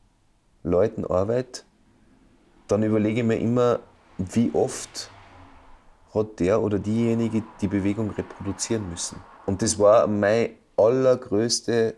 Leuten arbeite, dann überlege ich mir immer, wie oft hat der oder diejenige die Bewegung reproduzieren müssen. Und das war meine allergrößte,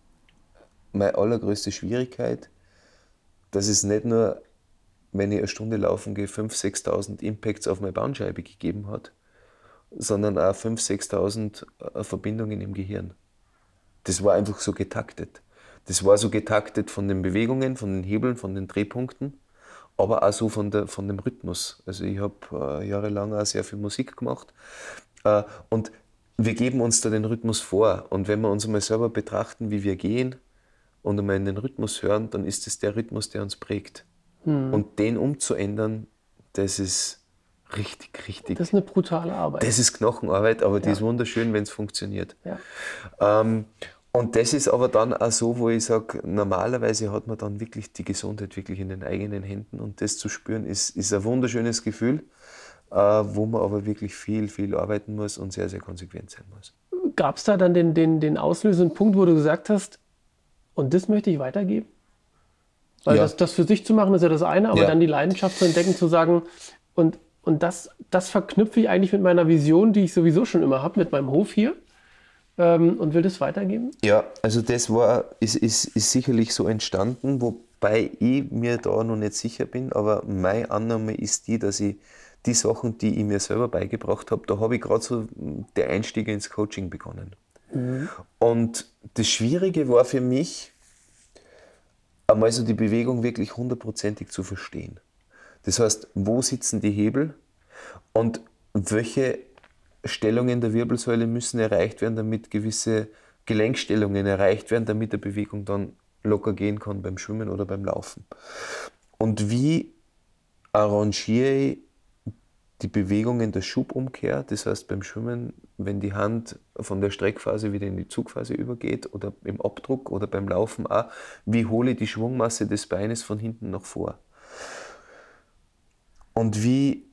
meine allergrößte Schwierigkeit, dass es nicht nur, wenn ich eine Stunde laufen gehe, fünftausend, sechstausend Impacts auf meine Bandscheibe gegeben hat, sondern auch fünftausend, sechstausend Verbindungen im Gehirn. Das war einfach so getaktet. Das war so getaktet von den Bewegungen, von den Hebeln, von den Drehpunkten, aber auch so von, der, von dem Rhythmus. Also ich habe äh, jahrelang auch sehr viel Musik gemacht äh, und wir geben uns da den Rhythmus vor. Und wenn wir uns einmal selber betrachten, wie wir gehen, und einmal in den Rhythmus hören, dann ist es der Rhythmus, der uns prägt. Hm. Und den umzuändern, das ist richtig, richtig... Das ist eine brutale Arbeit. Das ist Knochenarbeit, aber ja. Die ist wunderschön, wenn es funktioniert. Ja. Ähm, und das ist aber dann auch so, wo ich sage, normalerweise hat man dann wirklich die Gesundheit wirklich in den eigenen Händen, und das zu spüren ist, ist ein wunderschönes Gefühl, äh, wo man aber wirklich viel, viel arbeiten muss und sehr, sehr konsequent sein muss. Gab es da dann den, den, den auslösenden Punkt, wo du gesagt hast, und das möchte ich weitergeben? Weil ja. das, das für sich zu machen, ist ja das eine, aber ja. dann die Leidenschaft zu entdecken, zu sagen, und, und das, das verknüpfe ich eigentlich mit meiner Vision, die ich sowieso schon immer habe, mit meinem Hof hier, ähm, und will das weitergeben? Ja, also das war, ist, ist, ist sicherlich so entstanden, wobei ich mir da noch nicht sicher bin, aber meine Annahme ist die, dass ich die Sachen, die ich mir selber beigebracht habe, da habe ich gerade so den Einstieg ins Coaching begonnen. Mhm. Und das Schwierige war für mich, einmal so die Bewegung wirklich hundertprozentig zu verstehen. Das heißt, wo sitzen die Hebel und welche Stellungen der Wirbelsäule müssen erreicht werden, damit gewisse Gelenkstellungen erreicht werden, damit die Bewegung dann locker gehen kann beim Schwimmen oder beim Laufen. Und wie arrangiere ich die Bewegungen der Schubumkehr, das heißt beim Schwimmen, wenn die Hand von der Streckphase wieder in die Zugphase übergeht oder im Abdruck oder beim Laufen auch, wie hole ich die Schwungmasse des Beines von hinten nach vor? Und wie,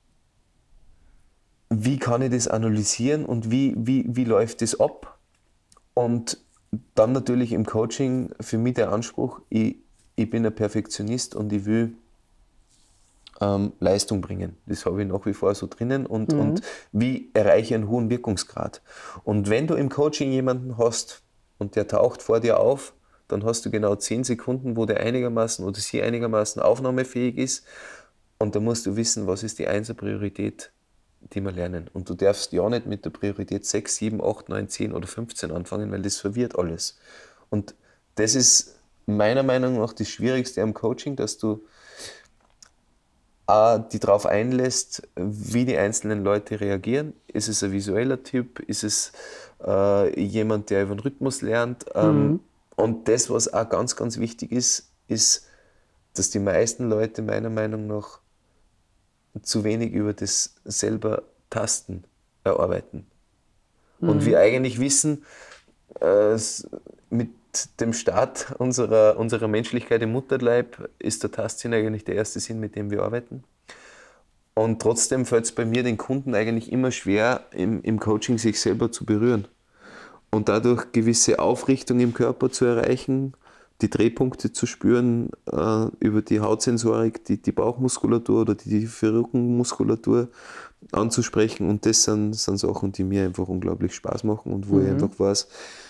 wie kann ich das analysieren und wie, wie, wie läuft das ab? Und dann natürlich im Coaching für mich der Anspruch, ich, ich bin ein Perfektionist und ich will ähm, Leistung bringen. Das habe ich nach wie vor so drinnen. Und, mhm. und wie erreiche ich einen hohen Wirkungsgrad? Und wenn du im Coaching jemanden hast und der taucht vor dir auf, dann hast du genau zehn Sekunden, wo der einigermaßen oder sie einigermaßen aufnahmefähig ist. Und da musst du wissen, was ist die Einser-Priorität, die wir lernen. Und du darfst ja nicht mit der Priorität sechs, sieben, acht, neun, zehn oder fünfzehn anfangen, weil das verwirrt alles. Und das ist meiner Meinung nach das Schwierigste am Coaching, dass du äh, die darauf einlässt, wie die einzelnen Leute reagieren. Ist es ein visueller Typ? Ist es äh, jemand, der über den Rhythmus lernt? Ähm, mhm. Und das, was auch ganz, ganz wichtig ist, ist, dass die meisten Leute meiner Meinung nach zu wenig über das selber Tasten erarbeiten. Mhm. Und wir eigentlich wissen, äh, mit dem Start unserer, unserer Menschlichkeit im Mutterleib ist der Tastsinn eigentlich der erste Sinn, mit dem wir arbeiten. Und trotzdem fällt es bei mir den Kunden eigentlich immer schwer, im, im Coaching sich selber zu berühren. Und dadurch gewisse Aufrichtung im Körper zu erreichen, die Drehpunkte zu spüren, äh, über die Hautsensorik, die, die Bauchmuskulatur oder die tiefe Rückenmuskulatur anzusprechen. Und das sind, sind Sachen, die mir einfach unglaublich Spaß machen und wo mhm. ich einfach weiß,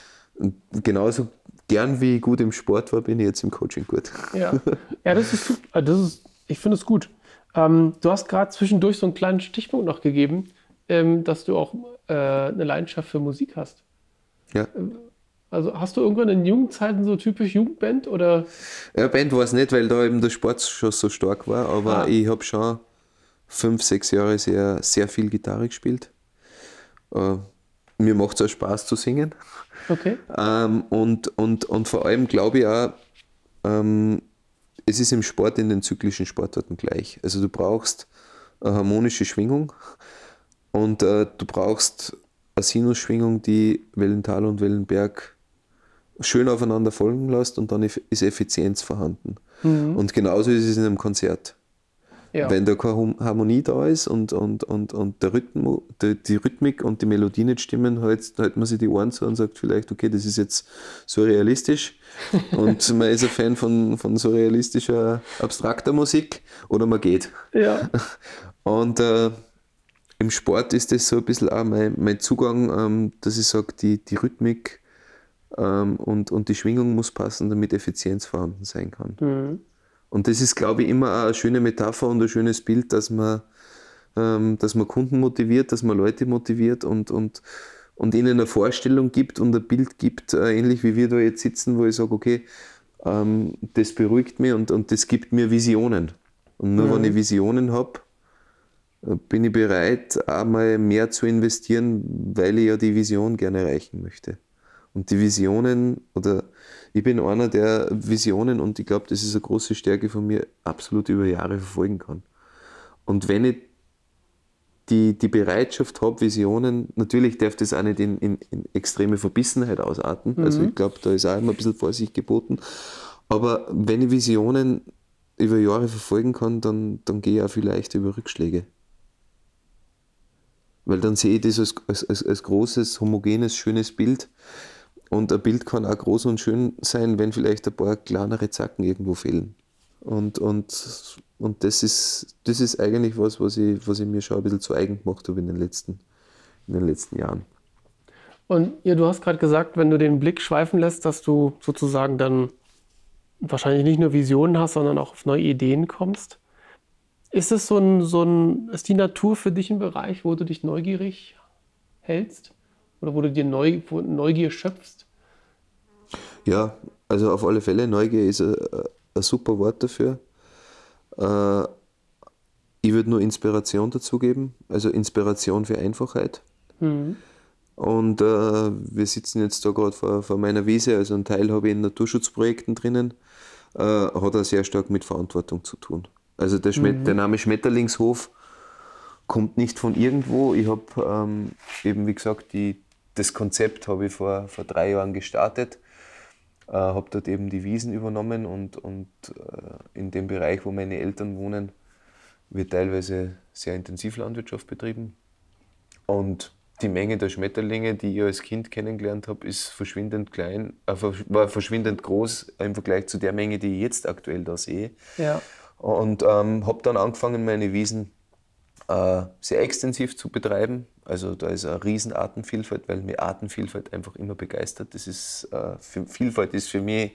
genauso gern wie ich gut im Sport war, bin ich jetzt im Coaching gut. Ja, ja das ist super. Das ist, ich finde es gut. Ähm, du hast gerade zwischendurch so einen kleinen Stichpunkt noch gegeben, ähm, dass du auch äh, eine Leidenschaft für Musik hast. Ja. Also hast du irgendwann in Jugendzeiten so typisch Jugendband? Oder? Ja, Band war es nicht, weil da eben der Sport schon so stark war, aber ah. ich habe schon fünf, sechs Jahre sehr, sehr viel Gitarre gespielt. Äh, mir macht es auch Spaß zu singen. Okay. Ähm, und, und, und vor allem glaube ich auch, ähm, es ist im Sport in den zyklischen Sportarten gleich. Also du brauchst eine harmonische Schwingung und äh, du brauchst eine Sinusschwingung, die Wellental und Wellenberg schön aufeinander folgen lässt und dann ist Effizienz vorhanden. Mhm. Und genauso ist es in einem Konzert. Ja. Wenn da keine Harmonie da ist und, und, und, und der Rhythmus, die, die Rhythmik und die Melodie nicht stimmen, halt, hält man sich die Ohren zu und sagt vielleicht, okay, das ist jetzt surrealistisch und man ist ein Fan von, von surrealistischer, abstrakter Musik oder man geht. Ja. Und äh, im Sport ist das so ein bisschen auch mein, mein Zugang, ähm, dass ich sage, die, die Rhythmik ähm, und, und die Schwingung muss passen, damit Effizienz vorhanden sein kann. Mhm. Und das ist, glaube ich, immer eine schöne Metapher und ein schönes Bild, dass man, ähm, dass man Kunden motiviert, dass man Leute motiviert und, und, und ihnen eine Vorstellung gibt und ein Bild gibt, äh, ähnlich wie wir da jetzt sitzen, wo ich sage, okay, ähm, das beruhigt mich und, und das gibt mir Visionen. Und nur mhm. wenn ich Visionen habe, bin ich bereit, auch mal mehr zu investieren, weil ich ja die Vision gerne erreichen möchte. Und die Visionen, oder ich bin einer, der Visionen, und ich glaube, das ist eine große Stärke von mir, absolut über Jahre verfolgen kann. Und wenn ich die, die Bereitschaft habe, Visionen, natürlich darf das auch nicht in, in, in extreme Verbissenheit ausarten, mhm. also ich glaube, da ist auch immer ein bisschen Vorsicht geboten, aber wenn ich Visionen über Jahre verfolgen kann, dann, dann gehe ich auch viel leichter über Rückschläge. Weil dann sehe ich das als, als, als, als großes, homogenes, schönes Bild. Und ein Bild kann auch groß und schön sein, wenn vielleicht ein paar kleinere Zacken irgendwo fehlen. Und, und, und das ist, das ist eigentlich was, was ich, was ich mir schon ein bisschen zu eigen gemacht habe in den letzten, in den letzten Jahren. Und ja, du hast gerade gesagt, wenn du den Blick schweifen lässt, dass du sozusagen dann wahrscheinlich nicht nur Visionen hast, sondern auch auf neue Ideen kommst. Ist es so ein, so ein, ist die Natur für dich ein Bereich, wo du dich neugierig hältst? oder wo du dir Neu Neugier schöpfst? Ja, also auf alle Fälle, Neugier ist ein, ein super Wort dafür. Äh, ich würde nur Inspiration dazugeben, also Inspiration für Einfachheit. Mhm. Und äh, wir sitzen jetzt da gerade vor, vor meiner Wiese, also einen Teil habe ich in Naturschutzprojekten drinnen, äh, hat auch sehr stark mit Verantwortung zu tun. Also der, Schmet der Mhm. Name Schmetterlingshof kommt nicht von irgendwo. Ich habe ähm, eben, wie gesagt, die, das Konzept habe ich vor, vor drei Jahren gestartet, äh, habe dort eben die Wiesen übernommen und, und äh, in dem Bereich, wo meine Eltern wohnen, wird teilweise sehr intensiv Landwirtschaft betrieben. Und die Menge der Schmetterlinge, die ich als Kind kennengelernt habe, ist verschwindend klein, äh, war verschwindend groß im Vergleich zu der Menge, die ich jetzt aktuell da sehe. Ja. Und ähm, habe dann angefangen, meine Wiesen äh, sehr extensiv zu betreiben. Also da ist eine riesen Artenvielfalt, weil mir Artenvielfalt einfach immer begeistert. Das ist, äh, für, Vielfalt ist für mich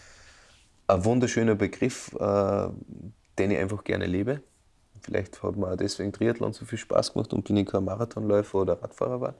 ein wunderschöner Begriff, äh, den ich einfach gerne lebe. Vielleicht hat mir auch deswegen Triathlon so viel Spaß gemacht und bin ich kein Marathonläufer oder Radfahrer war.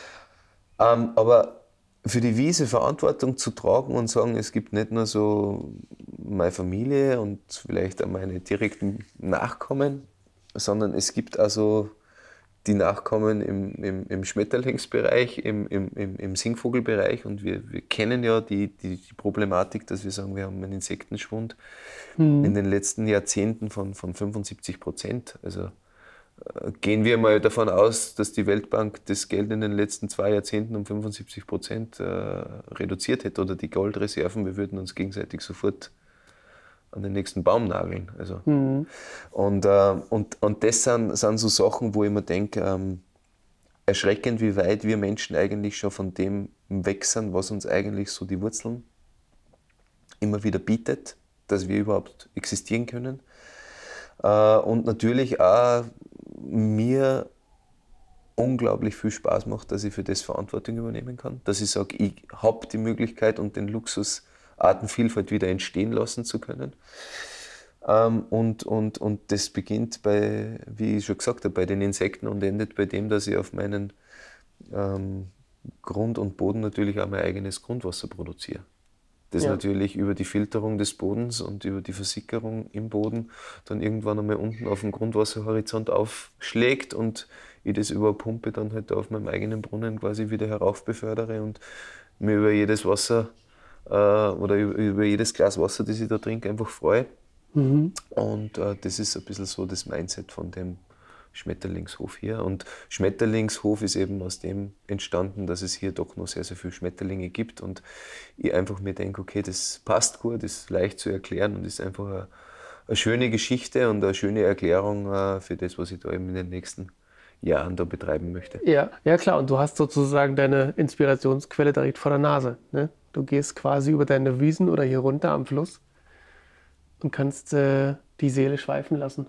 Ähm, aber für die Wiese Verantwortung zu tragen und sagen, es gibt nicht nur so meine Familie und vielleicht auch meine direkten Nachkommen, sondern es gibt also die Nachkommen im, im, im Schmetterlingsbereich, im, im, im, im Singvogelbereich und wir, wir kennen ja die, die, die Problematik, dass wir sagen, wir haben einen Insektenschwund in Mhm. den letzten Jahrzehnten von, von fünfundsiebzig Prozent. Also äh, gehen wir mal davon aus, dass die Weltbank das Geld in den letzten zwei Jahrzehnten um fünfundsiebzig Prozent äh, reduziert hätte oder die Goldreserven, wir würden uns gegenseitig sofort an den nächsten Baum nageln. Also, Mhm. und, äh, und, und das sind, sind so Sachen, wo ich mir denke, ähm, erschreckend, wie weit wir Menschen eigentlich schon von dem weg sind, was uns eigentlich so die Wurzeln immer wieder bietet, dass wir überhaupt existieren können. Äh, und natürlich auch mir unglaublich viel Spaß macht, dass ich für das Verantwortung übernehmen kann. Dass ich sage, ich habe die Möglichkeit und den Luxus, Artenvielfalt wieder entstehen lassen zu können. Ähm, und, und, und das beginnt bei, wie ich schon gesagt habe, bei den Insekten und endet bei dem, dass ich auf meinen ähm, Grund und Boden natürlich auch mein eigenes Grundwasser produziere. Das Ja. natürlich über die Filterung des Bodens und über die Versickerung im Boden dann irgendwann einmal unten auf dem Grundwasserhorizont aufschlägt und ich das über eine Pumpe dann halt auf meinem eigenen Brunnen quasi wieder herauf befördere und mir über jedes Wasser äh, oder über, über jedes Glas Wasser, das ich da trinke, einfach freue. Mhm. Und äh, das ist ein bisschen so das Mindset von dem Schmetterlingshof hier. Und Schmetterlingshof ist eben aus dem entstanden, dass es hier doch noch sehr, sehr viele Schmetterlinge gibt. Und ich einfach mir denke, okay, das passt gut, ist leicht zu erklären und ist einfach eine, eine schöne Geschichte und eine schöne Erklärung äh, für das, was ich da eben in den nächsten Jahren da betreiben möchte. Ja, ja klar. Und du hast sozusagen deine Inspirationsquelle direkt vor der Nase. Ne? Du gehst quasi über deine Wiesen oder hier runter am Fluss und kannst äh, die Seele schweifen lassen.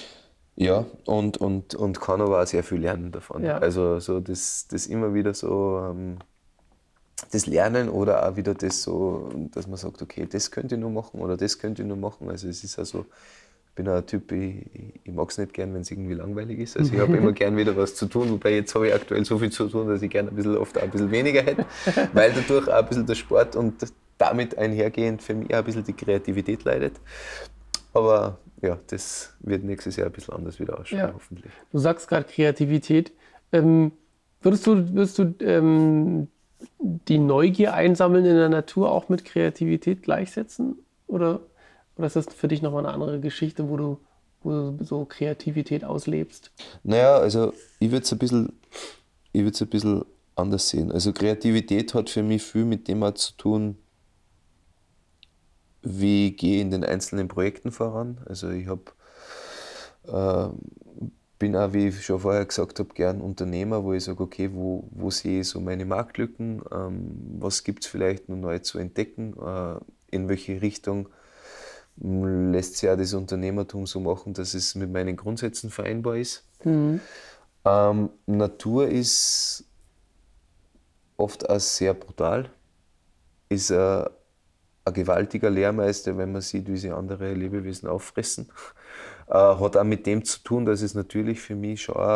Ja, und, und, und kann aber auch sehr viel lernen davon. Ja, Also so das, das immer wieder so ähm, das Lernen oder auch wieder das so, dass man sagt, okay, das könnte ich nur machen oder das könnte ich nur machen. Also es ist also, ich bin auch ein Typ, ich, ich mag es nicht gern, wenn es irgendwie langweilig ist. Also ich habe immer gern wieder was zu tun, wobei jetzt habe ich aktuell so viel zu tun, dass ich gerne ein bisschen oft auch ein bisschen weniger hätte, weil dadurch auch ein bisschen der Sport und damit einhergehend für mich auch ein bisschen die Kreativität leidet. Aber ja, das wird nächstes Jahr ein bisschen anders wieder ausschauen, ja. hoffentlich. Du sagst gerade Kreativität. Ähm, würdest du, würdest du ähm, die Neugier einsammeln in der Natur auch mit Kreativität gleichsetzen? Oder, oder ist das für dich nochmal eine andere Geschichte, wo du, wo du so Kreativität auslebst? Naja, also ich würde es ein bisschen, ich würde es ein bisschen anders sehen. Also Kreativität hat für mich viel mit dem auch zu tun, wie gehe ich in den einzelnen Projekten voran. Also ich habe, äh, bin auch, wie ich schon vorher gesagt habe, gern Unternehmer, wo ich sage, okay, wo, wo sehe ich so meine Marktlücken, ähm, was gibt es vielleicht noch neu zu entdecken, äh, in welche Richtung lässt sich auch das Unternehmertum so machen, dass es mit meinen Grundsätzen vereinbar ist. Mhm. Ähm, Natur ist oft auch sehr brutal, ist ein, ein gewaltiger Lehrmeister, wenn man sieht, wie sie andere Lebewesen auffressen. Äh, hat auch mit dem zu tun, dass es natürlich für mich schon auch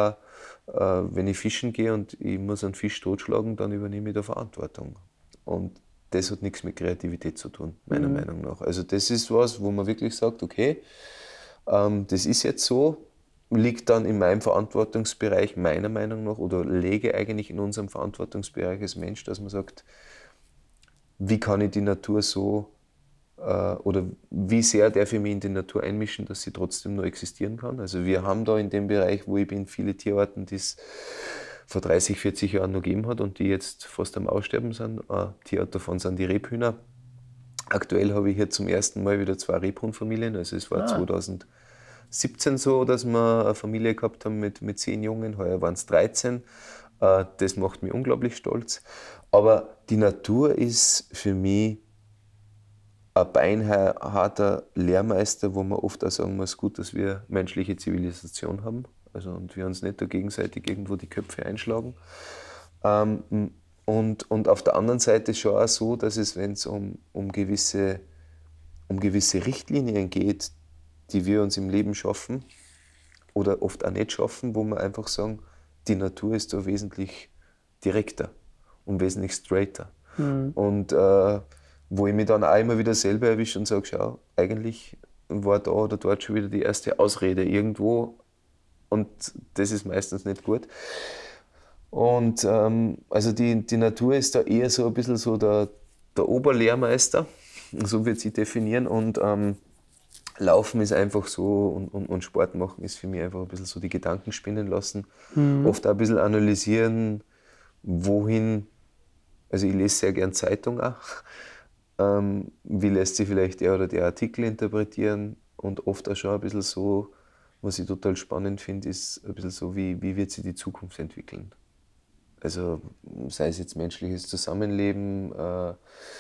äh, wenn ich fischen gehe und ich muss einen Fisch totschlagen, dann übernehme ich da Verantwortung. Und das hat nichts mit Kreativität zu tun, meiner Mhm. Meinung nach. Also das ist was, wo man wirklich sagt, okay, ähm, das ist jetzt so, liegt dann in meinem Verantwortungsbereich, meiner Meinung nach, oder lege eigentlich in unserem Verantwortungsbereich als Mensch, dass man sagt, wie kann ich die Natur so, äh, oder wie sehr darf ich mich in die Natur einmischen, dass sie trotzdem noch existieren kann. Also wir haben da in dem Bereich, wo ich bin, viele Tierarten, die es vor dreißig, vierzig Jahren noch gegeben hat und die jetzt fast am Aussterben sind. Eine Tierart davon sind die Rebhühner. Aktuell habe ich hier zum ersten Mal wieder zwei Rebhuhnfamilien. Also es war Ah, zweitausendsiebzehn so, dass wir eine Familie gehabt haben mit, mit zehn Jungen. Heuer waren es dreizehn. Äh, Das macht mich unglaublich stolz. Aber die Natur ist für mich ein beinharter Lehrmeister, wo man oft auch sagen muss, gut, dass wir menschliche Zivilisation haben. Also, und wir uns nicht da gegenseitig irgendwo die Köpfe einschlagen. Ähm, und, und auf der anderen Seite schon auch so, dass es, wenn es um, um, gewisse, um gewisse Richtlinien geht, die wir uns im Leben schaffen oder oft auch nicht schaffen, wo wir einfach sagen, die Natur ist da wesentlich direkter und wesentlich straighter. mhm. Und äh, wo ich mich dann auch immer wieder selber erwische und sage, schau, eigentlich war da oder dort schon wieder die erste Ausrede irgendwo und das ist meistens nicht gut. Und ähm, also die, die Natur ist da eher so ein bisschen so der, der Oberlehrmeister, so wird sie definieren. Und ähm, Laufen ist einfach so und, und, und Sport machen ist für mich einfach ein bisschen so die Gedanken spinnen lassen. Mhm. Oft auch ein bisschen analysieren, wohin, also ich lese sehr gern Zeitung auch, ähm, wie lässt sich vielleicht der oder der Artikel interpretieren und oft auch schon ein bisschen so, was ich total spannend finde, ist ein bisschen so, wie, wie wird sich die Zukunft entwickeln. Also sei es jetzt menschliches Zusammenleben, äh,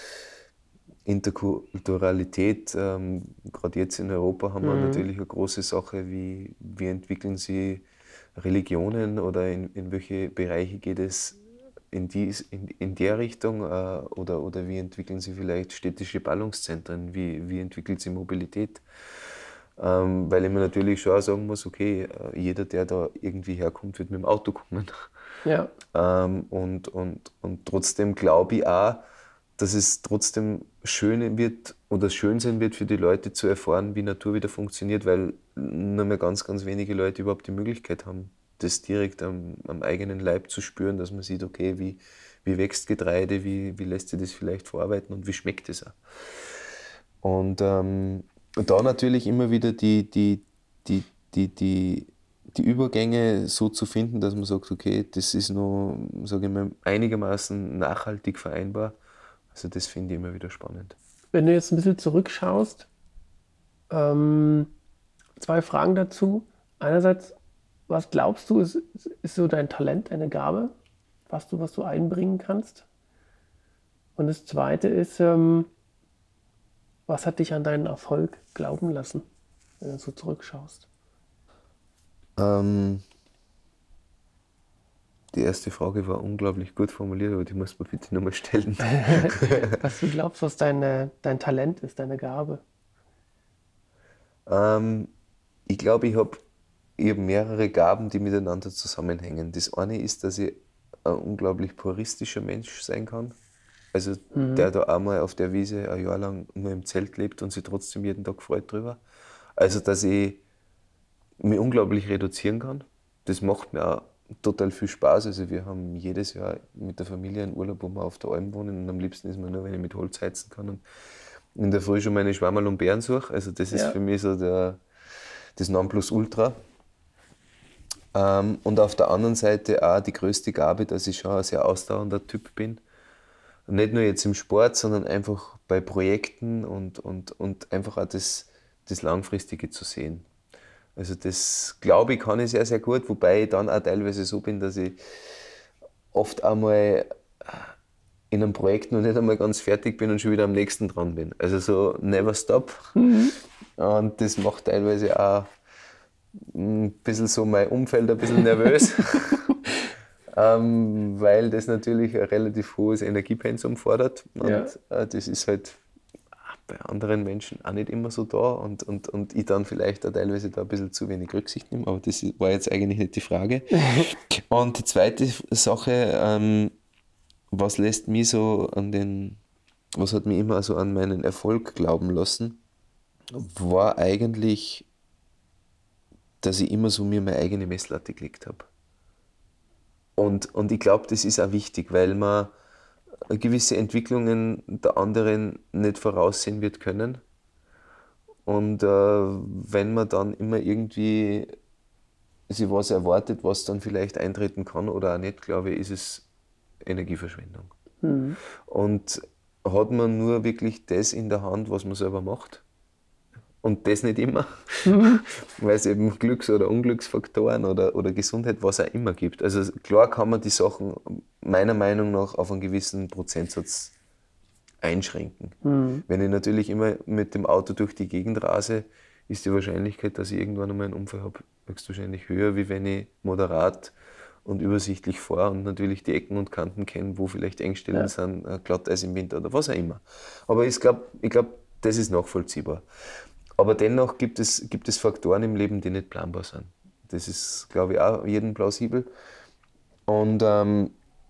Interkulturalität, ähm, gerade jetzt in Europa haben wir Mhm. natürlich eine große Sache, wie, wie entwickeln sie Religionen oder in, in welche Bereiche geht es in, dies, in, in der Richtung äh, oder, oder wie entwickeln sie vielleicht städtische Ballungszentren, wie, wie entwickelt sie Mobilität. Ähm, weil ich mir natürlich schon auch sagen muss, okay, äh, jeder, der da irgendwie herkommt, wird mit dem Auto kommen. Ja. Ähm, und, und, und trotzdem glaube ich auch, dass es trotzdem schön wird oder schön sein wird für die Leute zu erfahren, wie Natur wieder funktioniert, weil nur mehr ganz, ganz wenige Leute überhaupt die Möglichkeit haben, das direkt am, am eigenen Leib zu spüren, dass man sieht, okay, wie, wie wächst Getreide, wie, wie lässt sich das vielleicht verarbeiten und wie schmeckt es auch. Und ähm, da natürlich immer wieder die, die, die, die, die, die Übergänge so zu finden, dass man sagt, okay, das ist nur, sage ich mal, einigermaßen nachhaltig vereinbar. Also das finde ich immer wieder spannend. Wenn du jetzt ein bisschen zurückschaust, ähm, zwei Fragen dazu. Einerseits, was glaubst du, ist, ist so dein Talent, deine Gabe, was du, was du einbringen kannst? Und das Zweite ist, ähm, was hat dich an deinen Erfolg glauben lassen, wenn du so zurückschaust? Ähm, Die erste Frage war unglaublich gut formuliert, aber die muss man bitte nochmal stellen. Was du glaubst, was deine, dein Talent ist, deine Gabe. ähm, ich glaube, ich habe ich hab mehrere Gaben, die miteinander zusammenhängen. Das eine ist, dass ich ein unglaublich puristischer Mensch sein kann. Also Mhm. der da einmal auf der Wiese ein Jahr lang nur im Zelt lebt und sich trotzdem jeden Tag freut drüber. Also dass ich mich unglaublich reduzieren kann. Das macht mir auch total viel Spaß. Also wir haben jedes Jahr mit der Familie einen Urlaub, wo wir auf der Alm wohnen und am liebsten ist man nur, wenn ich mit Holz heizen kann und in der Früh schon meine Schwammerl und Beeren suche. Also das ist Ja. für mich so der, das Nonplusultra. Ähm, und auf der anderen Seite auch die größte Gabe, dass ich schon ein sehr ausdauernder Typ bin. Und nicht nur jetzt im Sport, sondern einfach bei Projekten und, und, und einfach auch das, das Langfristige zu sehen. Also das glaube ich kann ich sehr, sehr gut, wobei ich dann auch teilweise so bin, dass ich oft einmal in einem Projekt noch nicht einmal ganz fertig bin und schon wieder am nächsten dran bin. Also so never stop. Mhm. Und das macht teilweise auch ein bisschen so mein Umfeld ein bisschen nervös, ähm, weil das natürlich ein relativ hohes Energiepensum fordert. Ja. Und äh, das ist halt bei anderen Menschen auch nicht immer so da und, und, und ich dann vielleicht auch teilweise da ein bisschen zu wenig Rücksicht nehme, aber das war jetzt eigentlich nicht die Frage. Und die zweite Sache, ähm, was lässt mich so an den, was hat mich immer so an meinen Erfolg glauben lassen, war eigentlich, dass ich immer so mir meine eigene Messlatte gelegt habe. Und, und ich glaube, das ist auch wichtig, weil man gewisse Entwicklungen der anderen nicht voraussehen wird können. Und äh, wenn man dann immer irgendwie sich was erwartet, was dann vielleicht eintreten kann oder auch nicht, glaube ich, ist es Energieverschwendung. Mhm. Und hat man nur wirklich das in der Hand, was man selber macht? Und das nicht immer, mhm. weil es eben Glücks- oder Unglücksfaktoren oder, oder Gesundheit, was auch immer gibt. Also klar kann man die Sachen meiner Meinung nach auf einen gewissen Prozentsatz einschränken. Mhm. Wenn ich natürlich immer mit dem Auto durch die Gegend rase, ist die Wahrscheinlichkeit, dass ich irgendwann einmal einen Unfall habe, höchstwahrscheinlich höher, wie wenn ich moderat und übersichtlich fahre und natürlich die Ecken und Kanten kenne, wo vielleicht Engstellen ja. sind, Glatteis im Winter oder was auch immer. Aber ich glaube, ich glaub, das ist nachvollziehbar. Aber dennoch gibt es, gibt es Faktoren im Leben, die nicht planbar sind. Das ist, glaube ich, auch jedem plausibel. Und ähm,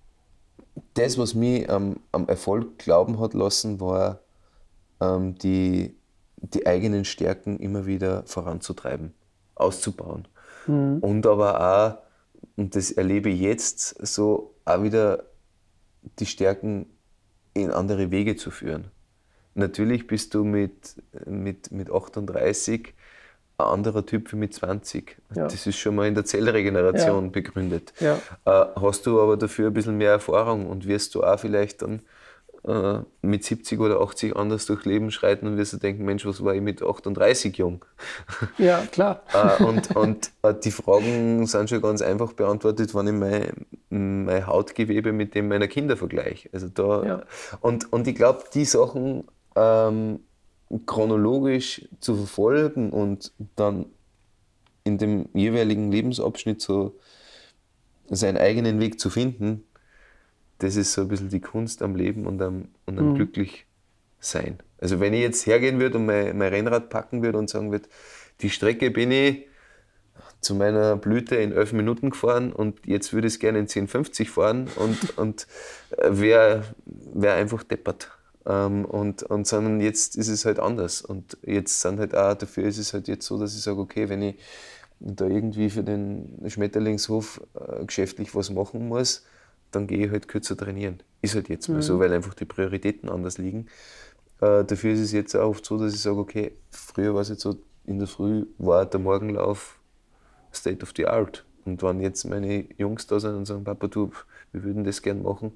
das, was mich ähm, am Erfolg glauben hat lassen, war ähm, die, die eigenen Stärken immer wieder voranzutreiben, auszubauen. Mhm. Und aber auch, und das erlebe ich jetzt, so auch wieder die Stärken in andere Wege zu führen. Natürlich bist du mit, mit, mit achtunddreißig ein anderer Typ wie mit zwanzig. Ja. Das ist schon mal in der Zellregeneration ja. begründet. Ja. Äh, hast du aber dafür ein bisschen mehr Erfahrung und wirst du auch vielleicht dann äh, mit siebzig oder achtzig anders durch Leben schreiten und wirst du denken, Mensch, was war ich mit achtunddreißig jung? Ja, klar. äh, und und äh, die Fragen sind schon ganz einfach beantwortet, wenn ich mein, mein Hautgewebe mit dem meiner Kinder vergleiche. Also da, ja. und, und ich glaube, die Sachen ähm, chronologisch zu verfolgen und dann in dem jeweiligen Lebensabschnitt so seinen eigenen Weg zu finden, das ist so ein bisschen die Kunst am Leben und am, und am mhm. Glücklichsein. Also wenn ich jetzt hergehen würde und mein, mein Rennrad packen würde und sagen würde, die Strecke bin ich zu meiner Blüte in elf Minuten gefahren und jetzt würde ich es gerne in zehn fünfzig fahren und, und wäre wär einfach deppert. Ähm, und, und sondern jetzt ist es halt anders und jetzt sind halt auch, dafür ist es halt jetzt so, dass ich sage, okay, wenn ich da irgendwie für den Schmetterlingshof äh, geschäftlich was machen muss, dann gehe ich halt kürzer trainieren. Ist halt jetzt mal mhm. so, weil einfach die Prioritäten anders liegen. Äh, dafür ist es jetzt auch oft so, dass ich sage, okay, früher war es jetzt so, in der Früh war der Morgenlauf State of the Art. Und wenn jetzt meine Jungs da sind und sagen, Papa, du, wir würden das gern machen,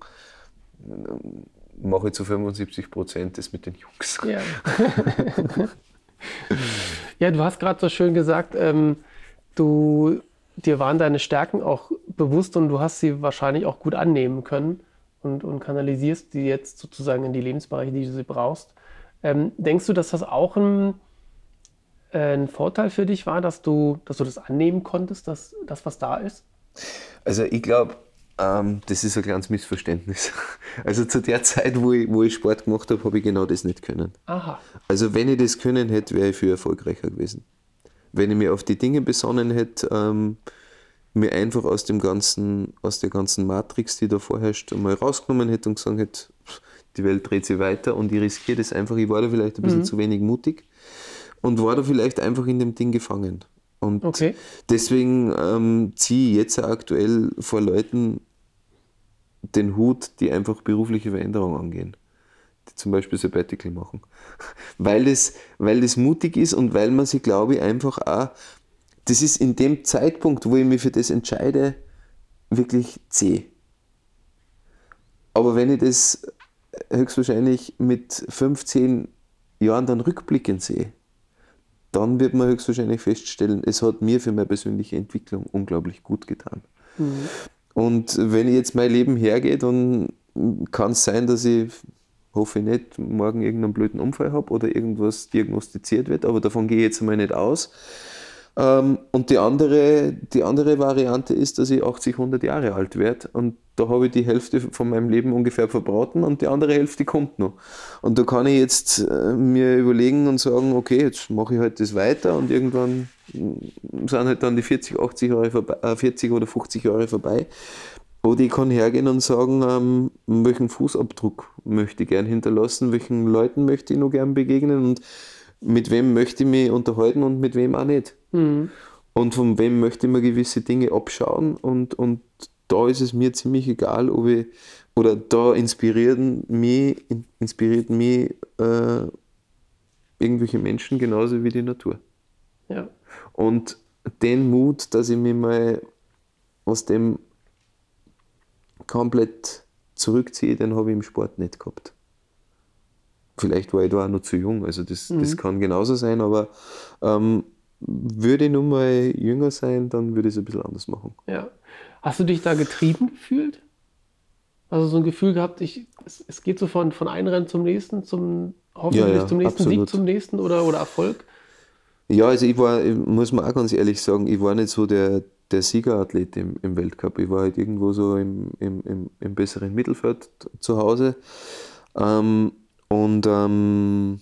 mache ich zu fünfundsiebzig Prozent das mit den Jungs. Ja, ja, du hast gerade so schön gesagt, ähm, du, dir waren deine Stärken auch bewusst und du hast sie wahrscheinlich auch gut annehmen können und, und kanalisierst die jetzt sozusagen in die Lebensbereiche, die du sie brauchst. Ähm, denkst du, dass das auch ein, äh, ein Vorteil für dich war, dass du, dass du das annehmen konntest, dass das, was da ist? Also ich glaube, ähm, das ist ein kleines Missverständnis. Also zu der Zeit, wo ich, wo ich Sport gemacht habe, habe ich genau das nicht können. Aha. Also wenn ich das können hätte, wäre ich viel erfolgreicher gewesen. Wenn ich mir auf die Dinge besonnen hätte, ähm, mir einfach aus dem ganzen, aus der ganzen Matrix, die da vorherrscht, einmal rausgenommen hätte und gesagt hätte, die Welt dreht sich weiter und ich riskiere das einfach. Ich war da vielleicht ein bisschen mhm. zu wenig mutig und war da vielleicht einfach in dem Ding gefangen. Und okay. deswegen ähm, ziehe ich jetzt auch aktuell vor Leuten den Hut, die einfach berufliche Veränderungen angehen. Die zum Beispiel Sabbatical machen. Weil das, weil das mutig ist und weil man sich, glaube ich, einfach auch, das ist in dem Zeitpunkt, wo ich mich für das entscheide, wirklich zäh. Aber wenn ich das höchstwahrscheinlich mit fünfzehn Jahren dann rückblickend sehe, dann wird man höchstwahrscheinlich feststellen, es hat mir für meine persönliche Entwicklung unglaublich gut getan. Mhm. Und wenn ich jetzt mein Leben hergehe, dann kann es sein, dass ich, hoffe ich nicht, morgen irgendeinen blöden Unfall habe oder irgendwas diagnostiziert wird, aber davon gehe ich jetzt einmal nicht aus. Und die andere, die andere Variante ist, dass ich achtzig, hundert Jahre alt werde und da habe ich die Hälfte von meinem Leben ungefähr verbraten und die andere Hälfte kommt noch. Und da kann ich jetzt äh, mir überlegen und sagen, okay, jetzt mache ich halt das weiter und irgendwann sind halt dann die vierzig, achtzig Jahre vorbei, äh, vierzig oder fünfzig Jahre vorbei. Oder ich kann hergehen und sagen, ähm, welchen Fußabdruck möchte ich gern hinterlassen, welchen Leuten möchte ich noch gern begegnen und mit wem möchte ich mich unterhalten und mit wem auch nicht. Mhm. Und von wem möchte ich mir gewisse Dinge abschauen und, und da ist es mir ziemlich egal, ob ich, oder da inspirieren mich, inspiriert mich äh, irgendwelche Menschen genauso wie die Natur. Ja. Und den Mut, dass ich mich mal aus dem komplett zurückziehe, den habe ich im Sport nicht gehabt. Vielleicht war ich da auch noch zu jung, also das, Mhm. das kann genauso sein, aber ähm, würde ich nur mal jünger sein, dann würde ich es ein bisschen anders machen. Ja. Hast du dich da getrieben gefühlt? Also so ein Gefühl gehabt, ich, es, es geht so von, von einem Rennen zum nächsten, zum hoffentlich Ja, ja, zum nächsten absolut. Sieg zum nächsten oder, oder Erfolg? Ja, also ich war, ich muss man auch ganz ehrlich sagen, ich war nicht so der, der Siegerathlet im, im Weltcup. Ich war halt irgendwo so im, im, im, im besseren Mittelfeld zu Hause. Ähm, und ähm,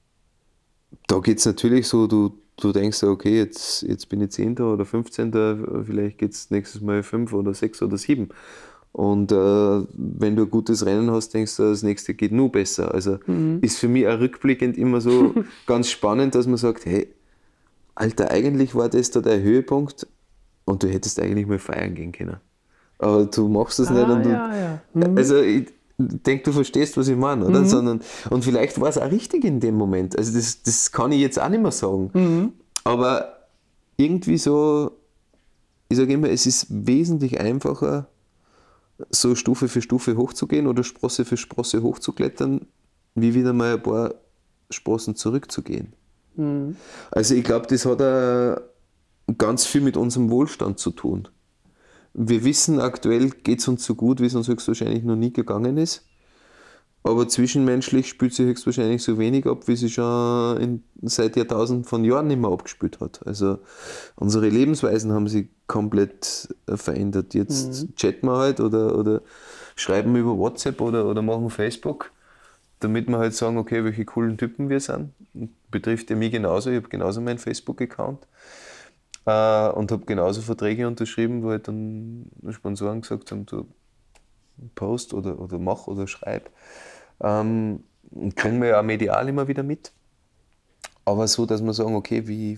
da geht es natürlich so, du, du denkst, okay, jetzt, jetzt bin ich Zehnter oder Fünfzehnter, vielleicht geht es nächstes Mal fünf oder sechs oder sieben. Und äh, wenn du ein gutes Rennen hast, denkst du, das nächste geht nur besser. Also Mhm. ist für mich auch rückblickend immer so ganz spannend, dass man sagt, hey, Alter, eigentlich war das da der Höhepunkt und du hättest eigentlich mal feiern gehen können. Aber du machst das nicht Ah, und du, ja, ja. Mhm. also ich denke, du verstehst, was ich meine, oder? Mhm. Sondern, und vielleicht war es auch richtig in dem Moment. Also das, das kann ich jetzt auch nicht mehr sagen. Mhm. Aber irgendwie so, ich sage immer, es ist wesentlich einfacher, so Stufe für Stufe hochzugehen oder Sprosse für Sprosse hochzuklettern, wie wieder mal ein paar Sprossen zurückzugehen. Mhm. Also ich glaube, das hat auch ganz viel mit unserem Wohlstand zu tun. Wir wissen, aktuell geht es uns so gut, wie es uns höchstwahrscheinlich noch nie gegangen ist. Aber zwischenmenschlich spielt sich höchstwahrscheinlich so wenig ab, wie sie schon in, seit Jahrtausenden von Jahren nicht mehr abgespielt hat. Also unsere Lebensweisen haben sich komplett äh, verändert. Jetzt Mhm. chatten wir halt oder, oder schreiben über WhatsApp oder, oder machen Facebook, damit wir halt sagen, okay, welche coolen Typen wir sind. Betrifft ja mich genauso, ich habe genauso meinen Facebook-Account. Äh, und habe genauso Verträge unterschrieben, wo halt dann Sponsoren gesagt haben, du post oder, oder mach oder schreib. Ähm, und kriegen wir ja auch medial immer wieder mit. Aber so, dass wir sagen, okay, wie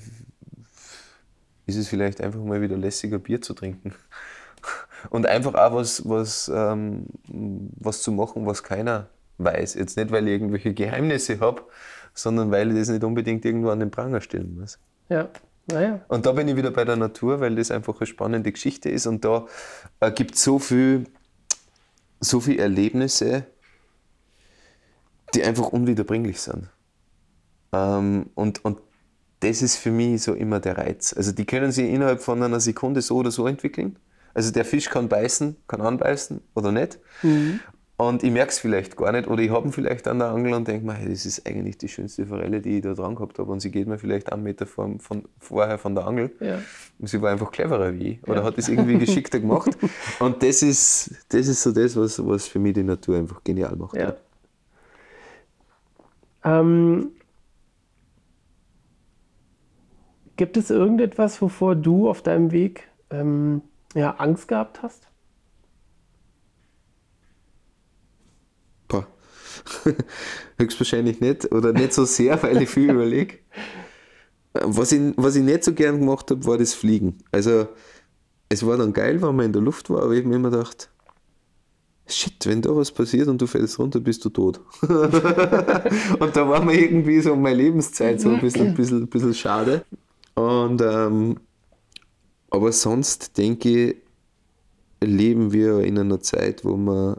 ist es vielleicht einfach mal wieder lässiger Bier zu trinken? Und einfach auch was, was, ähm, was zu machen, was keiner weiß. Jetzt nicht, weil ich irgendwelche Geheimnisse habe, sondern weil ich das nicht unbedingt irgendwo an den Pranger stellen muss. Ja, naja. Und da bin ich wieder bei der Natur, weil das einfach eine spannende Geschichte ist und da äh, gibt es so viel, so viel Erlebnisse, die einfach unwiederbringlich sind. Ähm, und, und das ist für mich so immer der Reiz. Also die können sich innerhalb von einer Sekunde so oder so entwickeln. Also der Fisch kann beißen, kann anbeißen oder nicht. Mhm. Und ich merke es vielleicht gar nicht oder ich habe ihn vielleicht an der Angel und denke mir, hey, das ist eigentlich die schönste Forelle, die ich da dran gehabt habe. Und sie geht mir vielleicht einen Meter von, von, vorher von der Angel. Ja. Und sie war einfach cleverer wie ich oder Ja. hat es irgendwie geschickter gemacht. Und das ist, das ist so das, was, was für mich die Natur einfach genial macht. Ja. Ähm, gibt es irgendetwas, wovor du auf deinem Weg ähm, ja, Angst gehabt hast? Boah. Höchstwahrscheinlich nicht oder nicht so sehr, weil ich viel überlege. Was ich, was ich nicht so gern gemacht habe, war das Fliegen. Also es war dann geil, wenn man in der Luft war, aber ich habe mir immer gedacht, shit, wenn da was passiert und du fällst runter, bist du tot. Und da war mir irgendwie so meine Lebenszeit so ein bisschen, ein bisschen, ein bisschen schade. Und, ähm, aber sonst denke ich, leben wir in einer Zeit, wo wir,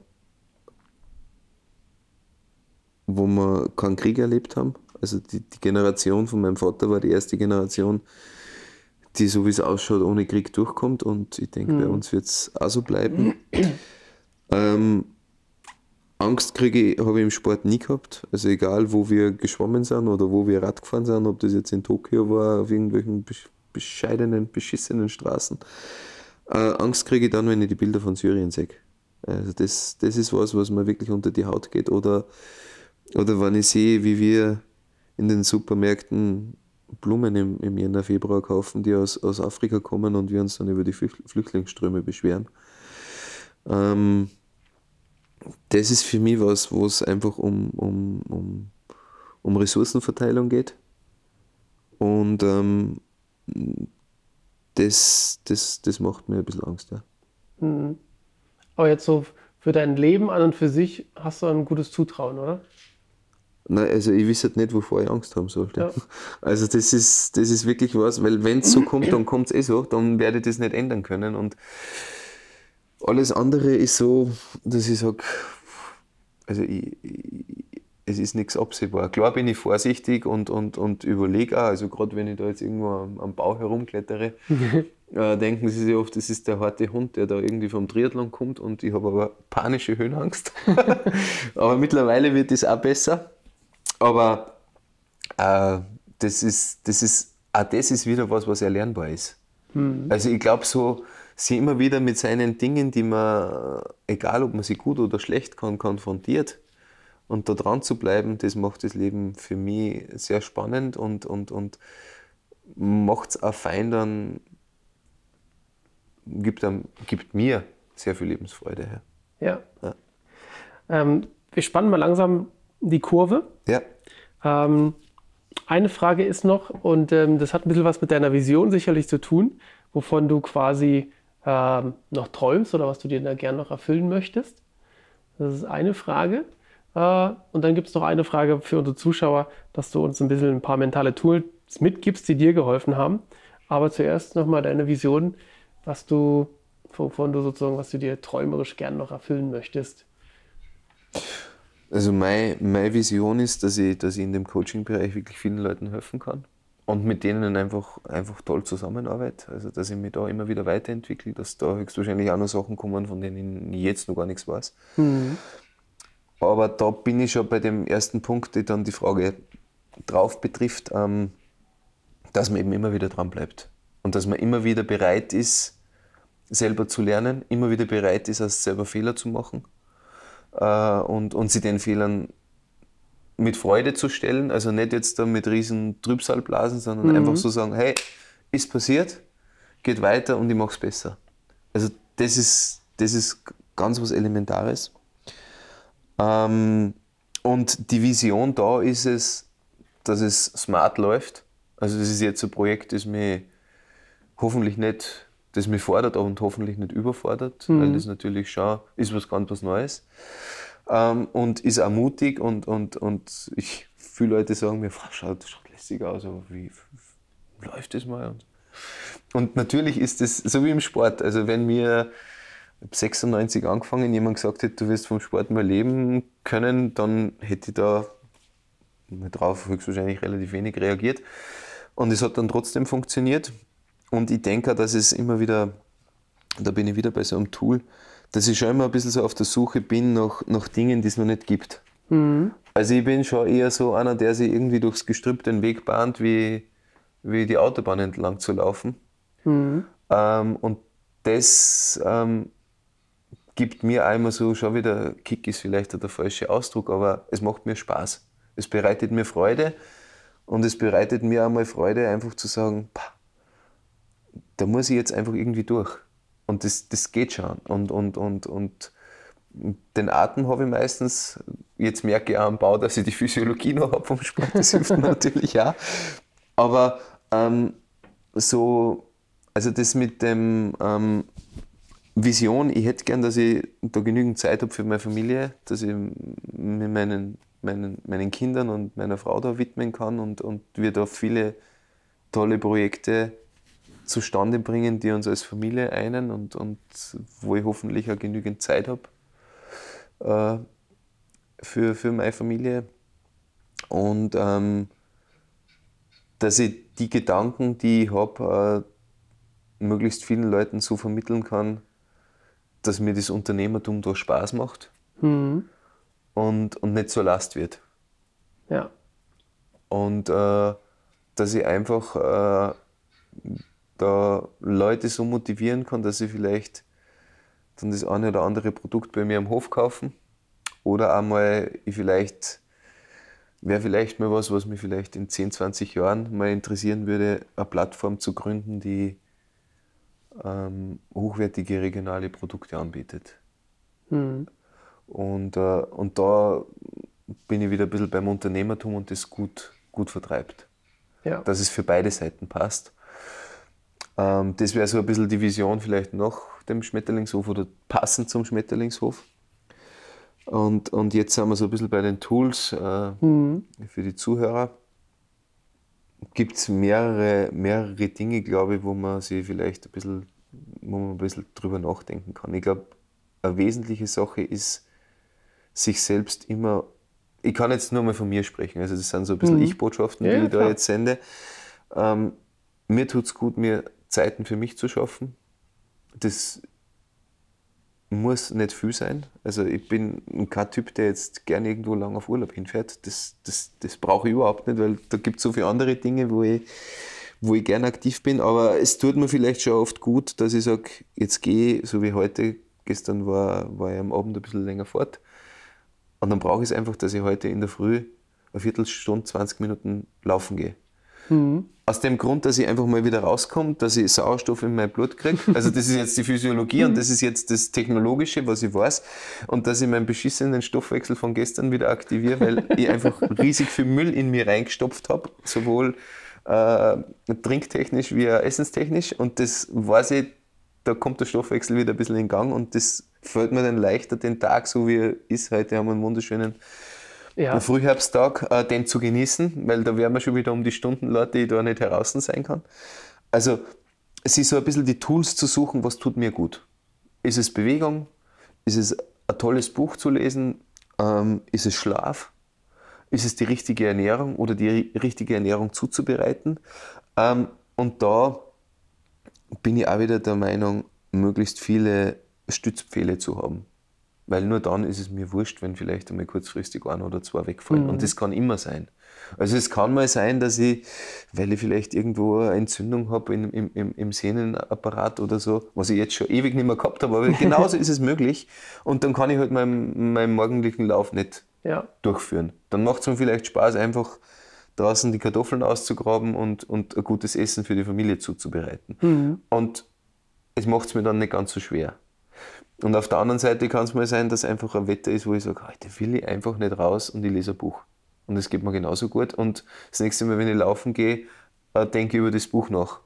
wo wir keinen Krieg erlebt haben. Also die, die Generation von meinem Vater war die erste Generation, die, so wie es ausschaut, ohne Krieg durchkommt. Und ich denke, bei uns wird es auch so bleiben. Ähm, Angst kriege ich, habe ich im Sport nie gehabt. Also egal, wo wir geschwommen sind oder wo wir Rad gefahren sind, ob das jetzt in Tokio war, auf irgendwelchen bescheidenen, beschissenen Straßen. Äh, Angst kriege ich dann, wenn ich die Bilder von Syrien sehe. Also das, das ist was, was mir wirklich unter die Haut geht. Oder, oder wenn ich sehe, wie wir in den Supermärkten Blumen im, im Jänner, Februar kaufen, die aus, aus Afrika kommen und wir uns dann über die Flüchtlingsströme beschweren. Ähm, das ist für mich was, wo es einfach um, um, um, um Ressourcenverteilung geht. Und ähm, das, das, das macht mir ein bisschen Angst. Ja. Mhm. Aber jetzt so für dein Leben an und für sich hast du ein gutes Zutrauen, oder? Nein, also ich weiß halt nicht, wovor ich Angst haben sollte. Ja. Also das ist, das ist wirklich was, weil wenn es so kommt, dann kommt es eh so, dann werde ich das nicht ändern können. Und alles andere ist so, dass ich sage, also ich, ich, es ist nichts absehbar. Klar bin ich vorsichtig und, und, und überlege auch, also gerade wenn ich da jetzt irgendwo am, am Bau herumklettere, äh, denken sie sich oft, das ist der harte Hund, der da irgendwie vom Triathlon kommt, und ich habe aber panische Höhenangst. Aber mittlerweile wird das auch besser. Aber äh, das ist, das ist, auch das ist wieder was, was erlernbar ist. Mhm. Also ich glaube, so sie immer wieder mit seinen Dingen, die man, egal ob man sie gut oder schlecht kann, konfrontiert, und da dran zu bleiben, das macht das Leben für mich sehr spannend und, und, und macht es auch fein, dann gibt, einem, gibt mir sehr viel Lebensfreude her. Ja. Ja. Ähm, wir spannen mal langsam die Kurve. Ja. Ähm, eine Frage ist noch, und ähm, das hat ein bisschen was mit deiner Vision sicherlich zu tun, wovon du quasi ähm, noch träumst oder was du dir da gerne noch erfüllen möchtest. Das ist eine Frage. Äh, und dann gibt es noch eine Frage für unsere Zuschauer, dass du uns ein bisschen ein paar mentale Tools mitgibst, die dir geholfen haben. Aber zuerst nochmal deine Vision, was du, wovon du sozusagen, was du dir träumerisch gerne noch erfüllen möchtest. Also meine, meine Vision ist, dass ich, dass ich in dem Coaching-Bereich wirklich vielen Leuten helfen kann und mit denen einfach, einfach toll zusammenarbeite. Also dass ich mich da immer wieder weiterentwickle, dass da höchstwahrscheinlich auch noch Sachen kommen, von denen ich jetzt noch gar nichts weiß. Mhm. Aber da bin ich schon bei dem ersten Punkt, der dann die Frage drauf betrifft, ähm, dass man eben immer wieder dran bleibt. Und dass man immer wieder bereit ist, selber zu lernen, immer wieder bereit ist, auch selber Fehler zu machen. Und, und sie den Fehlern mit Freude zu stellen, also nicht jetzt da mit riesen Trübsalblasen, sondern Mhm. einfach so sagen, hey, ist passiert, geht weiter und ich mache es besser. Also das ist, das ist ganz was Elementares. Ähm, und die Vision da ist es, dass es smart läuft. Also das ist jetzt ein Projekt, das mich hoffentlich nicht, das mich fordert und hoffentlich nicht überfordert, Mhm. weil das natürlich schon ist was ganz was Neues. Ähm, und ist auch mutig und, und, und ich, viele Leute sagen mir, schaut, das schaut lässig aus, aber wie, wie läuft das mal? Und, und natürlich ist das so wie im Sport. Also wenn mir sechsundneunzig angefangen, jemand gesagt hätte, du wirst vom Sport mal leben können, dann hätte ich da drauf höchstwahrscheinlich relativ wenig reagiert. Und es hat dann trotzdem funktioniert. Und ich denke, dass es immer wieder, da bin ich wieder bei so einem Tool, dass ich schon immer ein bisschen so auf der Suche bin nach, nach Dingen, die es noch nicht gibt. Mhm. Also ich bin schon eher so einer, der sich irgendwie durchs Gestrüpp den Weg bahnt, wie, wie die Autobahn entlang zu laufen. Mhm. Ähm, und das ähm, gibt mir einmal so, schon wieder, Kick ist vielleicht der falsche Ausdruck, aber es macht mir Spaß. Es bereitet mir Freude und es bereitet mir einmal Freude, einfach zu sagen, pah, da muss ich jetzt einfach irgendwie durch. Und das, das geht schon. Und, und, und, und den Atem habe ich meistens, jetzt merke ich auch am Bau, dass ich die Physiologie noch habe vom Sport, das hilft mir natürlich auch. Aber ähm, so, also das mit dem ähm, Vision, ich hätte gern, dass ich da genügend Zeit habe für meine Familie, dass ich mir meinen, meinen, meinen Kindern und meiner Frau da widmen kann und, und wir da viele tolle Projekte zustande bringen, die uns als Familie einen und, und wo ich hoffentlich auch genügend Zeit habe äh, für, für meine Familie. Und ähm, dass ich die Gedanken, die ich habe, äh, möglichst vielen Leuten so vermitteln kann, dass mir das Unternehmertum da Spaß macht Mhm. und, und nicht zur Last wird. Ja. Und äh, dass ich einfach äh, da Leute so motivieren kann, dass sie vielleicht dann das eine oder andere Produkt bei mir am Hof kaufen. Oder einmal ich vielleicht, wäre vielleicht mal was, was mich vielleicht in zehn, zwanzig Jahren mal interessieren würde, eine Plattform zu gründen, die ähm, hochwertige regionale Produkte anbietet. Mhm. Und, äh, und da bin ich wieder ein bisschen beim Unternehmertum und das gut, gut vertreibt. Ja. Dass es für beide Seiten passt. Ähm, das wäre so ein bisschen die Vision vielleicht nach dem Schmetterlingshof oder passend zum Schmetterlingshof. Und, und jetzt sind wir so ein bisschen bei den Tools äh, Mhm. für die Zuhörer. Gibt es mehrere, mehrere Dinge, glaube ich, wo man sich vielleicht ein bisschen, wo man ein bisschen drüber nachdenken kann. Ich glaube, eine wesentliche Sache ist, sich selbst immer, ich kann jetzt nur mal von mir sprechen, also das sind so ein bisschen Mhm. Ich-Botschaften, Ja, die ja, ich da klar. jetzt sende. Ähm, mir tut es gut, mir Zeiten für mich zu schaffen. Das muss nicht viel sein. Also ich bin kein Typ, der jetzt gerne irgendwo lang auf Urlaub hinfährt. Das, das, das brauche ich überhaupt nicht, weil da gibt es so viele andere Dinge, wo ich, wo ich gerne aktiv bin. Aber es tut mir vielleicht schon oft gut, dass ich sage, jetzt gehe ich, so wie heute, gestern war, war ich am Abend ein bisschen länger fort. Und dann brauche ich es einfach, dass ich heute in der Früh eine Viertelstunde, zwanzig Minuten laufen gehe. Mhm. Aus dem Grund, dass ich einfach mal wieder rauskomme, dass ich Sauerstoff in mein Blut kriege. Also das ist jetzt die Physiologie und das ist jetzt das Technologische, was ich weiß. Und dass ich meinen beschissenen Stoffwechsel von gestern wieder aktiviere, weil ich einfach riesig viel Müll in mir reingestopft habe, sowohl äh, trinktechnisch wie auch essenstechnisch. Und das weiß ich, da kommt der Stoffwechsel wieder ein bisschen in Gang und das fällt mir dann leichter, den Tag, so wie er ist. Heute haben wir einen wunderschönen Ja. Frühherbsttag, äh, den zu genießen, weil da wären wir schon wieder um die Stunden Leute, die ich da nicht heraus sein kann. Also, sich so ein bisschen die Tools zu suchen, was tut mir gut. Ist es Bewegung? Ist es ein tolles Buch zu lesen? Ähm, ist es Schlaf? Ist es die richtige Ernährung oder die richtige Ernährung zuzubereiten? Ähm, und da bin ich auch wieder der Meinung, möglichst viele Stützpfähle zu haben. Weil nur dann ist es mir wurscht, wenn vielleicht einmal kurzfristig ein oder zwei wegfallen. Und Mhm. das kann immer sein. Also es kann mal sein, dass ich, weil ich vielleicht irgendwo eine Entzündung habe im, im, im Sehnenapparat oder so, was ich jetzt schon ewig nicht mehr gehabt habe, aber genauso ist es möglich. Und dann kann ich halt meinen, meinen morgendlichen Lauf nicht Ja. durchführen. Dann macht es mir vielleicht Spaß, einfach draußen die Kartoffeln auszugraben und, und ein gutes Essen für die Familie zuzubereiten. Mhm. Und es macht es mir dann nicht ganz so schwer. Und auf der anderen Seite kann es mal sein, dass einfach ein Wetter ist, wo ich sage, heute will ich einfach nicht raus und ich lese ein Buch. Und das geht mir genauso gut. Und das nächste Mal, wenn ich laufen gehe, äh, denke ich über das Buch nach.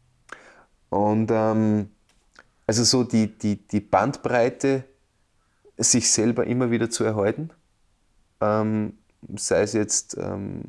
Und ähm, also so die, die, die Bandbreite, sich selber immer wieder zu erhalten, ähm, sei es jetzt ähm,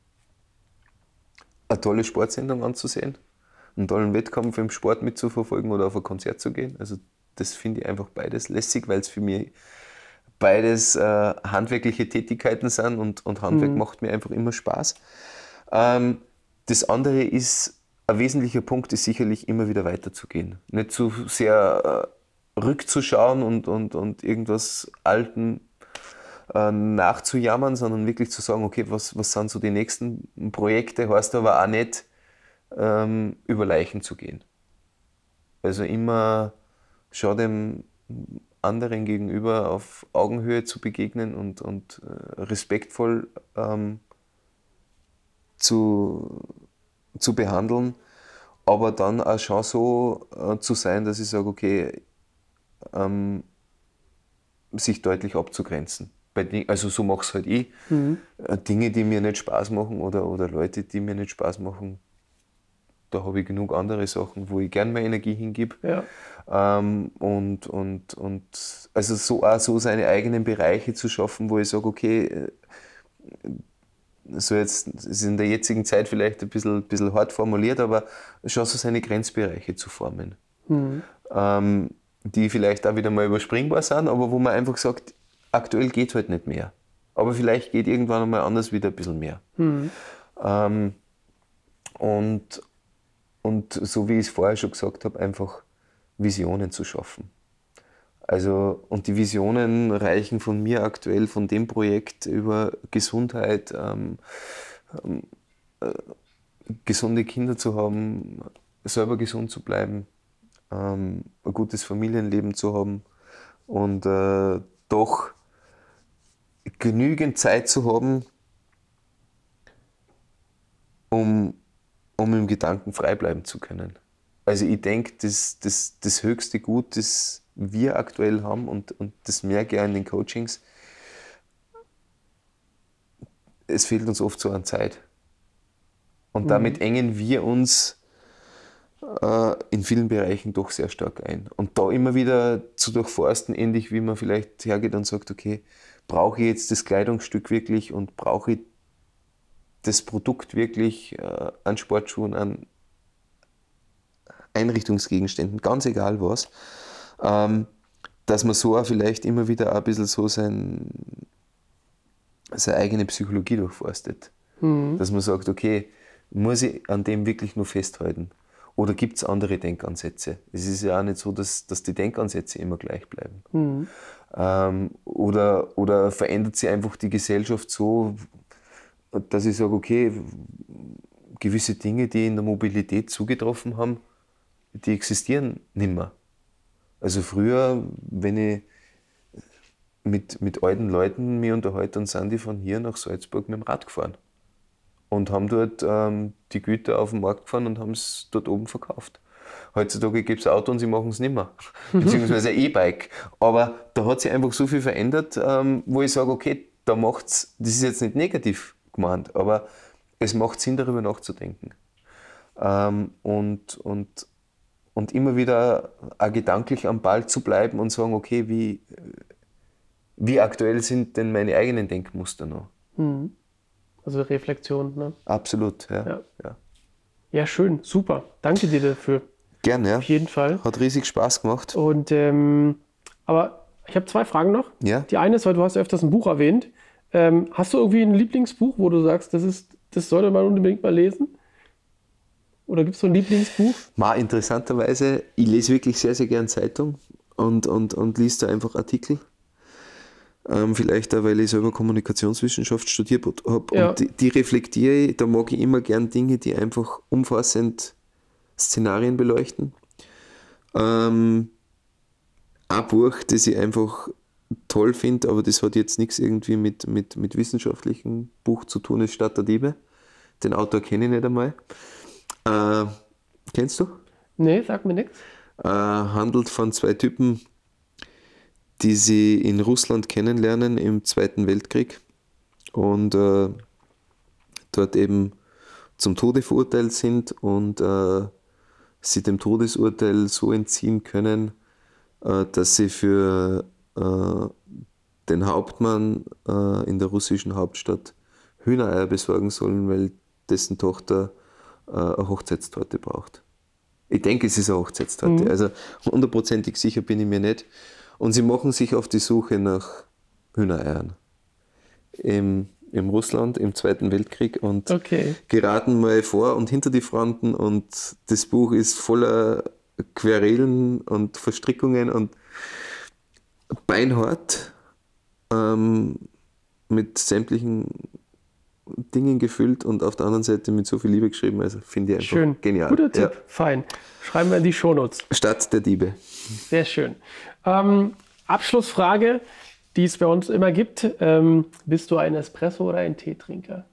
eine tolle Sportsendung anzusehen, einen tollen Wettkampf im Sport mitzuverfolgen oder auf ein Konzert zu gehen. Also das finde ich einfach beides lässig, weil es für mich beides äh, handwerkliche Tätigkeiten sind und, und Handwerk Mhm. macht mir einfach immer Spaß. Ähm, das andere ist, ein wesentlicher Punkt ist sicherlich immer wieder weiterzugehen. Nicht zu sehr äh, rückzuschauen und, und, und irgendwas Alten äh, nachzujammern, sondern wirklich zu sagen, okay, was, was sind so die nächsten Projekte, heißt aber auch nicht, ähm, über Leichen zu gehen. Also immer schau dem anderen gegenüber auf Augenhöhe zu begegnen und, und äh, respektvoll ähm, zu, zu behandeln, aber dann auch schon so äh, zu sein, dass ich sage, okay, ähm, sich deutlich abzugrenzen. Bei Ding, also so mache ich es halt ich. Mhm. Äh, Dinge, die mir nicht Spaß machen oder, oder Leute, die mir nicht Spaß machen, da habe ich genug andere Sachen, wo ich gerne meine Energie hingebe. Ja. Ähm, und, und, und also so auch so seine eigenen Bereiche zu schaffen, wo ich sage, okay, äh, so jetzt ist in der jetzigen Zeit vielleicht ein bisschen, bisschen hart formuliert, aber schon so seine Grenzbereiche zu formen, Mhm. ähm, die vielleicht auch wieder mal überspringbar sind, aber wo man einfach sagt, aktuell geht halt nicht mehr. Aber vielleicht geht irgendwann einmal anders wieder ein bisschen mehr. Mhm. Ähm, und, und so wie ich es vorher schon gesagt habe, einfach Visionen zu schaffen. Also, und die Visionen reichen von mir aktuell, von dem Projekt über Gesundheit, ähm, ähm, äh, gesunde Kinder zu haben, selber gesund zu bleiben, ähm, ein gutes Familienleben zu haben. und äh, doch genügend Zeit zu haben, um, um im Gedanken frei bleiben zu können. Also ich denke, das, das, das höchste Gut, das wir aktuell haben und, und das merke ich auch in den Coachings, es fehlt uns oft so an Zeit. Und damit engen wir uns äh, in vielen Bereichen doch sehr stark ein. Und da immer wieder zu durchforsten, ähnlich wie man vielleicht hergeht und sagt, okay, brauche ich jetzt das Kleidungsstück wirklich und brauche ich das Produkt wirklich äh, an Sportschuhen, an Einrichtungsgegenständen, ganz egal was, ähm, dass man so auch vielleicht immer wieder ein bisschen so sein, seine eigene Psychologie durchforstet. Mhm. Dass man sagt, okay, muss ich an dem wirklich nur festhalten? Oder gibt es andere Denkansätze? Es ist ja auch nicht so, dass, dass die Denkansätze immer gleich bleiben. Mhm. Ähm, oder, oder verändert sich einfach die Gesellschaft so, dass ich sage, okay, gewisse Dinge, die in der Mobilität zugetroffen haben, die existieren nicht mehr. Also früher, wenn ich mit, mit alten Leuten mich unterhalte, dann sind die von hier nach Salzburg mit dem Rad gefahren und haben dort ähm, die Güter auf den Markt gefahren und haben es dort oben verkauft. Heutzutage gibt es Auto und sie machen es nicht mehr, beziehungsweise ein E-Bike. Aber da hat sich einfach so viel verändert, ähm, wo ich sage, okay, da macht's, das ist jetzt nicht negativ gemeint, aber es macht Sinn, darüber nachzudenken. Ähm, und, und, und immer wieder auch gedanklich am Ball zu bleiben und sagen, okay, wie, wie aktuell sind denn meine eigenen Denkmuster noch? Mhm. Also Reflexion, ne? Absolut, ja. Ja. ja. Ja, schön, super. Danke dir dafür. Gerne, ja. Auf jeden Fall. Hat riesig Spaß gemacht. Und ähm, aber ich habe zwei Fragen noch. Ja. Die eine ist, weil du hast ja öfters ein Buch erwähnt. Ähm, hast du irgendwie ein Lieblingsbuch, wo du sagst, das ist, das sollte man unbedingt mal lesen? Oder gibt es so ein Lieblingsbuch? Mal interessanterweise, ich lese wirklich sehr, sehr gern Zeitung und, und, und lese da einfach Artikel. Ähm, vielleicht auch, weil ich selber Kommunikationswissenschaft studiert habe. Ja. Und die, die reflektiere ich, da mag ich immer gern Dinge, die einfach umfassend Szenarien beleuchten. Ähm, ein Buch, das ich einfach toll finde, aber das hat jetzt nichts irgendwie mit, mit, mit wissenschaftlichem Buch zu tun, ist Stadt der Diebe. Den Autor kenne ich nicht einmal. Äh, kennst du? Nee, sag mir nichts. Äh, handelt von zwei Typen, die sie in Russland kennenlernen im Zweiten Weltkrieg und äh, dort eben zum Tode verurteilt sind und äh, sie dem Todesurteil so entziehen können, äh, dass sie für äh, den Hauptmann äh, in der russischen Hauptstadt Hühnereier besorgen sollen, weil dessen Tochter äh, eine Hochzeitstorte braucht. Ich denke, es ist eine Hochzeitstorte. Mhm. Also hundertprozentig sicher bin ich mir nicht. Und sie machen sich auf die Suche nach Hühnereiern im, im Russland im Zweiten Weltkrieg und Okay. geraten mal vor und hinter die Fronten. Und das Buch ist voller Querelen und Verstrickungen und beinhart ähm, mit sämtlichen Dingen gefüllt und auf der anderen Seite mit so viel Liebe geschrieben. Also finde ich einfach Schön. genial. Guter Tipp. Ja. Fein. Schreiben wir in die Shownotes. Stadt der Diebe. Sehr schön. Ähm, Abschlussfrage, die es bei uns immer gibt. Ähm, bist du ein Espresso oder ein Teetrinker?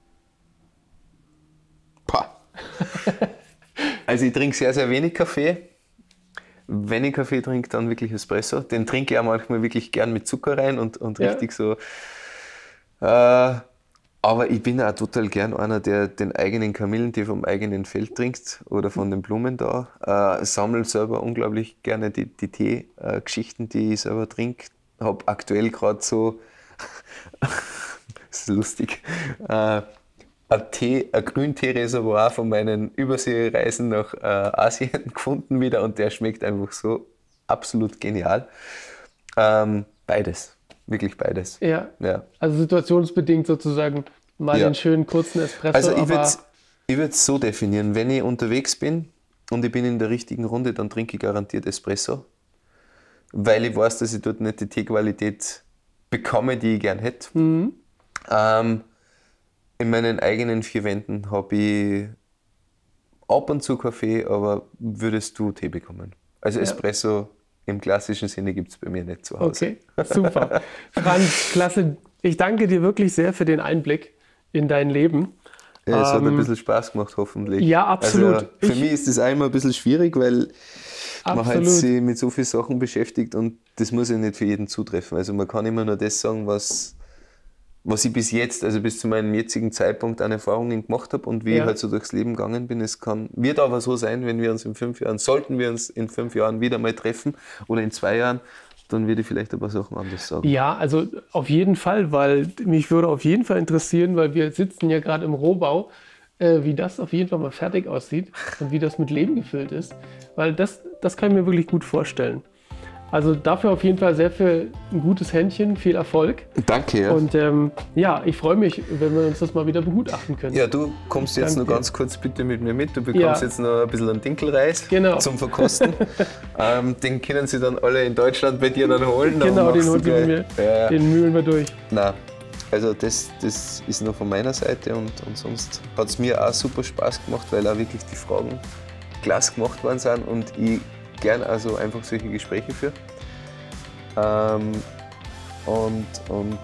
Pah. Also ich trinke sehr, sehr wenig Kaffee. Wenn ich Kaffee trinke, dann wirklich Espresso. Den trinke ich auch manchmal wirklich gern mit Zucker rein und, und Ja. richtig so. Äh, aber ich bin auch total gern einer, der den eigenen Kamillentee vom eigenen Feld trinkt oder von den Blumen da. Äh, sammle selber unglaublich gerne die, die Tee-Geschichten, die ich selber trinke. Habe aktuell gerade so, das ist lustig, äh, ein, Tee, ein Grüntee-Reservoir von meinen Überseereisen nach äh, Asien gefunden wieder und der schmeckt einfach so absolut genial. Ähm, beides, wirklich beides. Ja. Ja. Also situationsbedingt sozusagen mal Ja. den schönen kurzen Espresso. Also ich aber würde ich es so definieren, wenn ich unterwegs bin und ich bin in der richtigen Runde, dann trinke ich garantiert Espresso, weil ich weiß, dass ich dort nicht die Teequalität bekomme, die ich gern hätte. Mhm. Ähm, in meinen eigenen vier Wänden habe ich ab und zu Kaffee, aber würdest du Tee bekommen? Also Ja. Espresso im klassischen Sinne gibt es bei mir nicht zu Hause. Okay, super. Franz, klasse. Ich danke dir wirklich sehr für den Einblick in dein Leben. Ja, es ähm, hat ein bisschen Spaß gemacht, hoffentlich. Ja, absolut. Also, für ich, mich ist das auch immer ein bisschen schwierig, weil absolut. man halt sich mit so vielen Sachen beschäftigt und das muss ja nicht für jeden zutreffen. Also man kann immer nur das sagen, was, was ich bis jetzt, also bis zu meinem jetzigen Zeitpunkt an Erfahrungen gemacht habe und wie Ja. ich halt so durchs Leben gegangen bin. Es kann, wird aber so sein, wenn wir uns in fünf Jahren, sollten wir uns in fünf Jahren wieder mal treffen oder in zwei Jahren, dann würde ich vielleicht ein paar Sachen anders sagen. Ja, also auf jeden Fall, weil mich würde auf jeden Fall interessieren, weil wir sitzen ja gerade im Rohbau, äh, wie das auf jeden Fall mal fertig aussieht und wie das mit Leben gefüllt ist. Weil das, das kann ich mir wirklich gut vorstellen. Also dafür auf jeden Fall sehr viel ein gutes Händchen, viel Erfolg. Danke, ja. Und ähm, ja, ich freue mich, wenn wir uns das mal wieder begutachten können. Ja, du kommst jetzt Danke. noch ganz kurz bitte mit mir mit. Du bekommst Ja. jetzt noch ein bisschen einen Dinkelreis Genau. zum Verkosten. ähm, den können sie dann alle in Deutschland bei dir dann holen. Dann Genau, den machst du holen sie bei gleich- mir. Ja. Den mühlen wir durch. Nein, also das, das ist noch von meiner Seite und, und sonst hat es mir auch super Spaß gemacht, weil auch wirklich die Fragen klasse gemacht worden sind und ich gern also einfach solche Gespräche führe. Ähm, und, und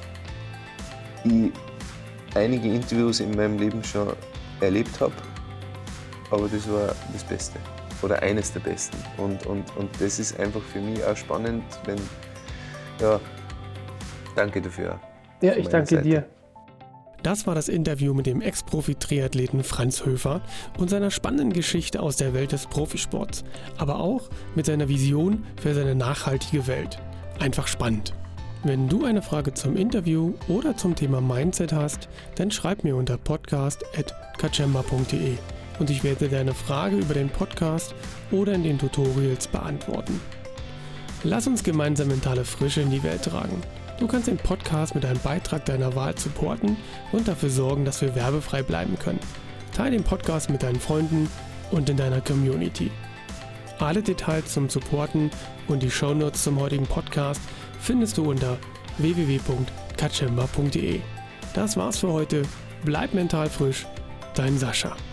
ich einige Interviews in meinem Leben schon erlebt habe, aber das war das Beste oder eines der besten. Und, und, und das ist einfach für mich auch spannend, wenn, ja, danke dafür. Ja, von ich meiner danke Seite. dir. Das war das Interview mit dem Ex-Profi-Triathleten Franz Höfer und seiner spannenden Geschichte aus der Welt des Profisports, aber auch mit seiner Vision für seine nachhaltige Welt. Einfach spannend. Wenn du eine Frage zum Interview oder zum Thema Mindset hast, dann schreib mir unter podcast at kachemba punkt de und ich werde deine Frage über den Podcast oder in den Tutorials beantworten. Lass uns gemeinsam mentale Frische in die Welt tragen. Du kannst den Podcast mit einem Beitrag deiner Wahl supporten und dafür sorgen, dass wir werbefrei bleiben können. Teile den Podcast mit deinen Freunden und in deiner Community. Alle Details zum Supporten und die Shownotes zum heutigen Podcast findest du unter w w w punkt kachemba punkt de. Das war's für heute. Bleib mental frisch. Dein Sascha.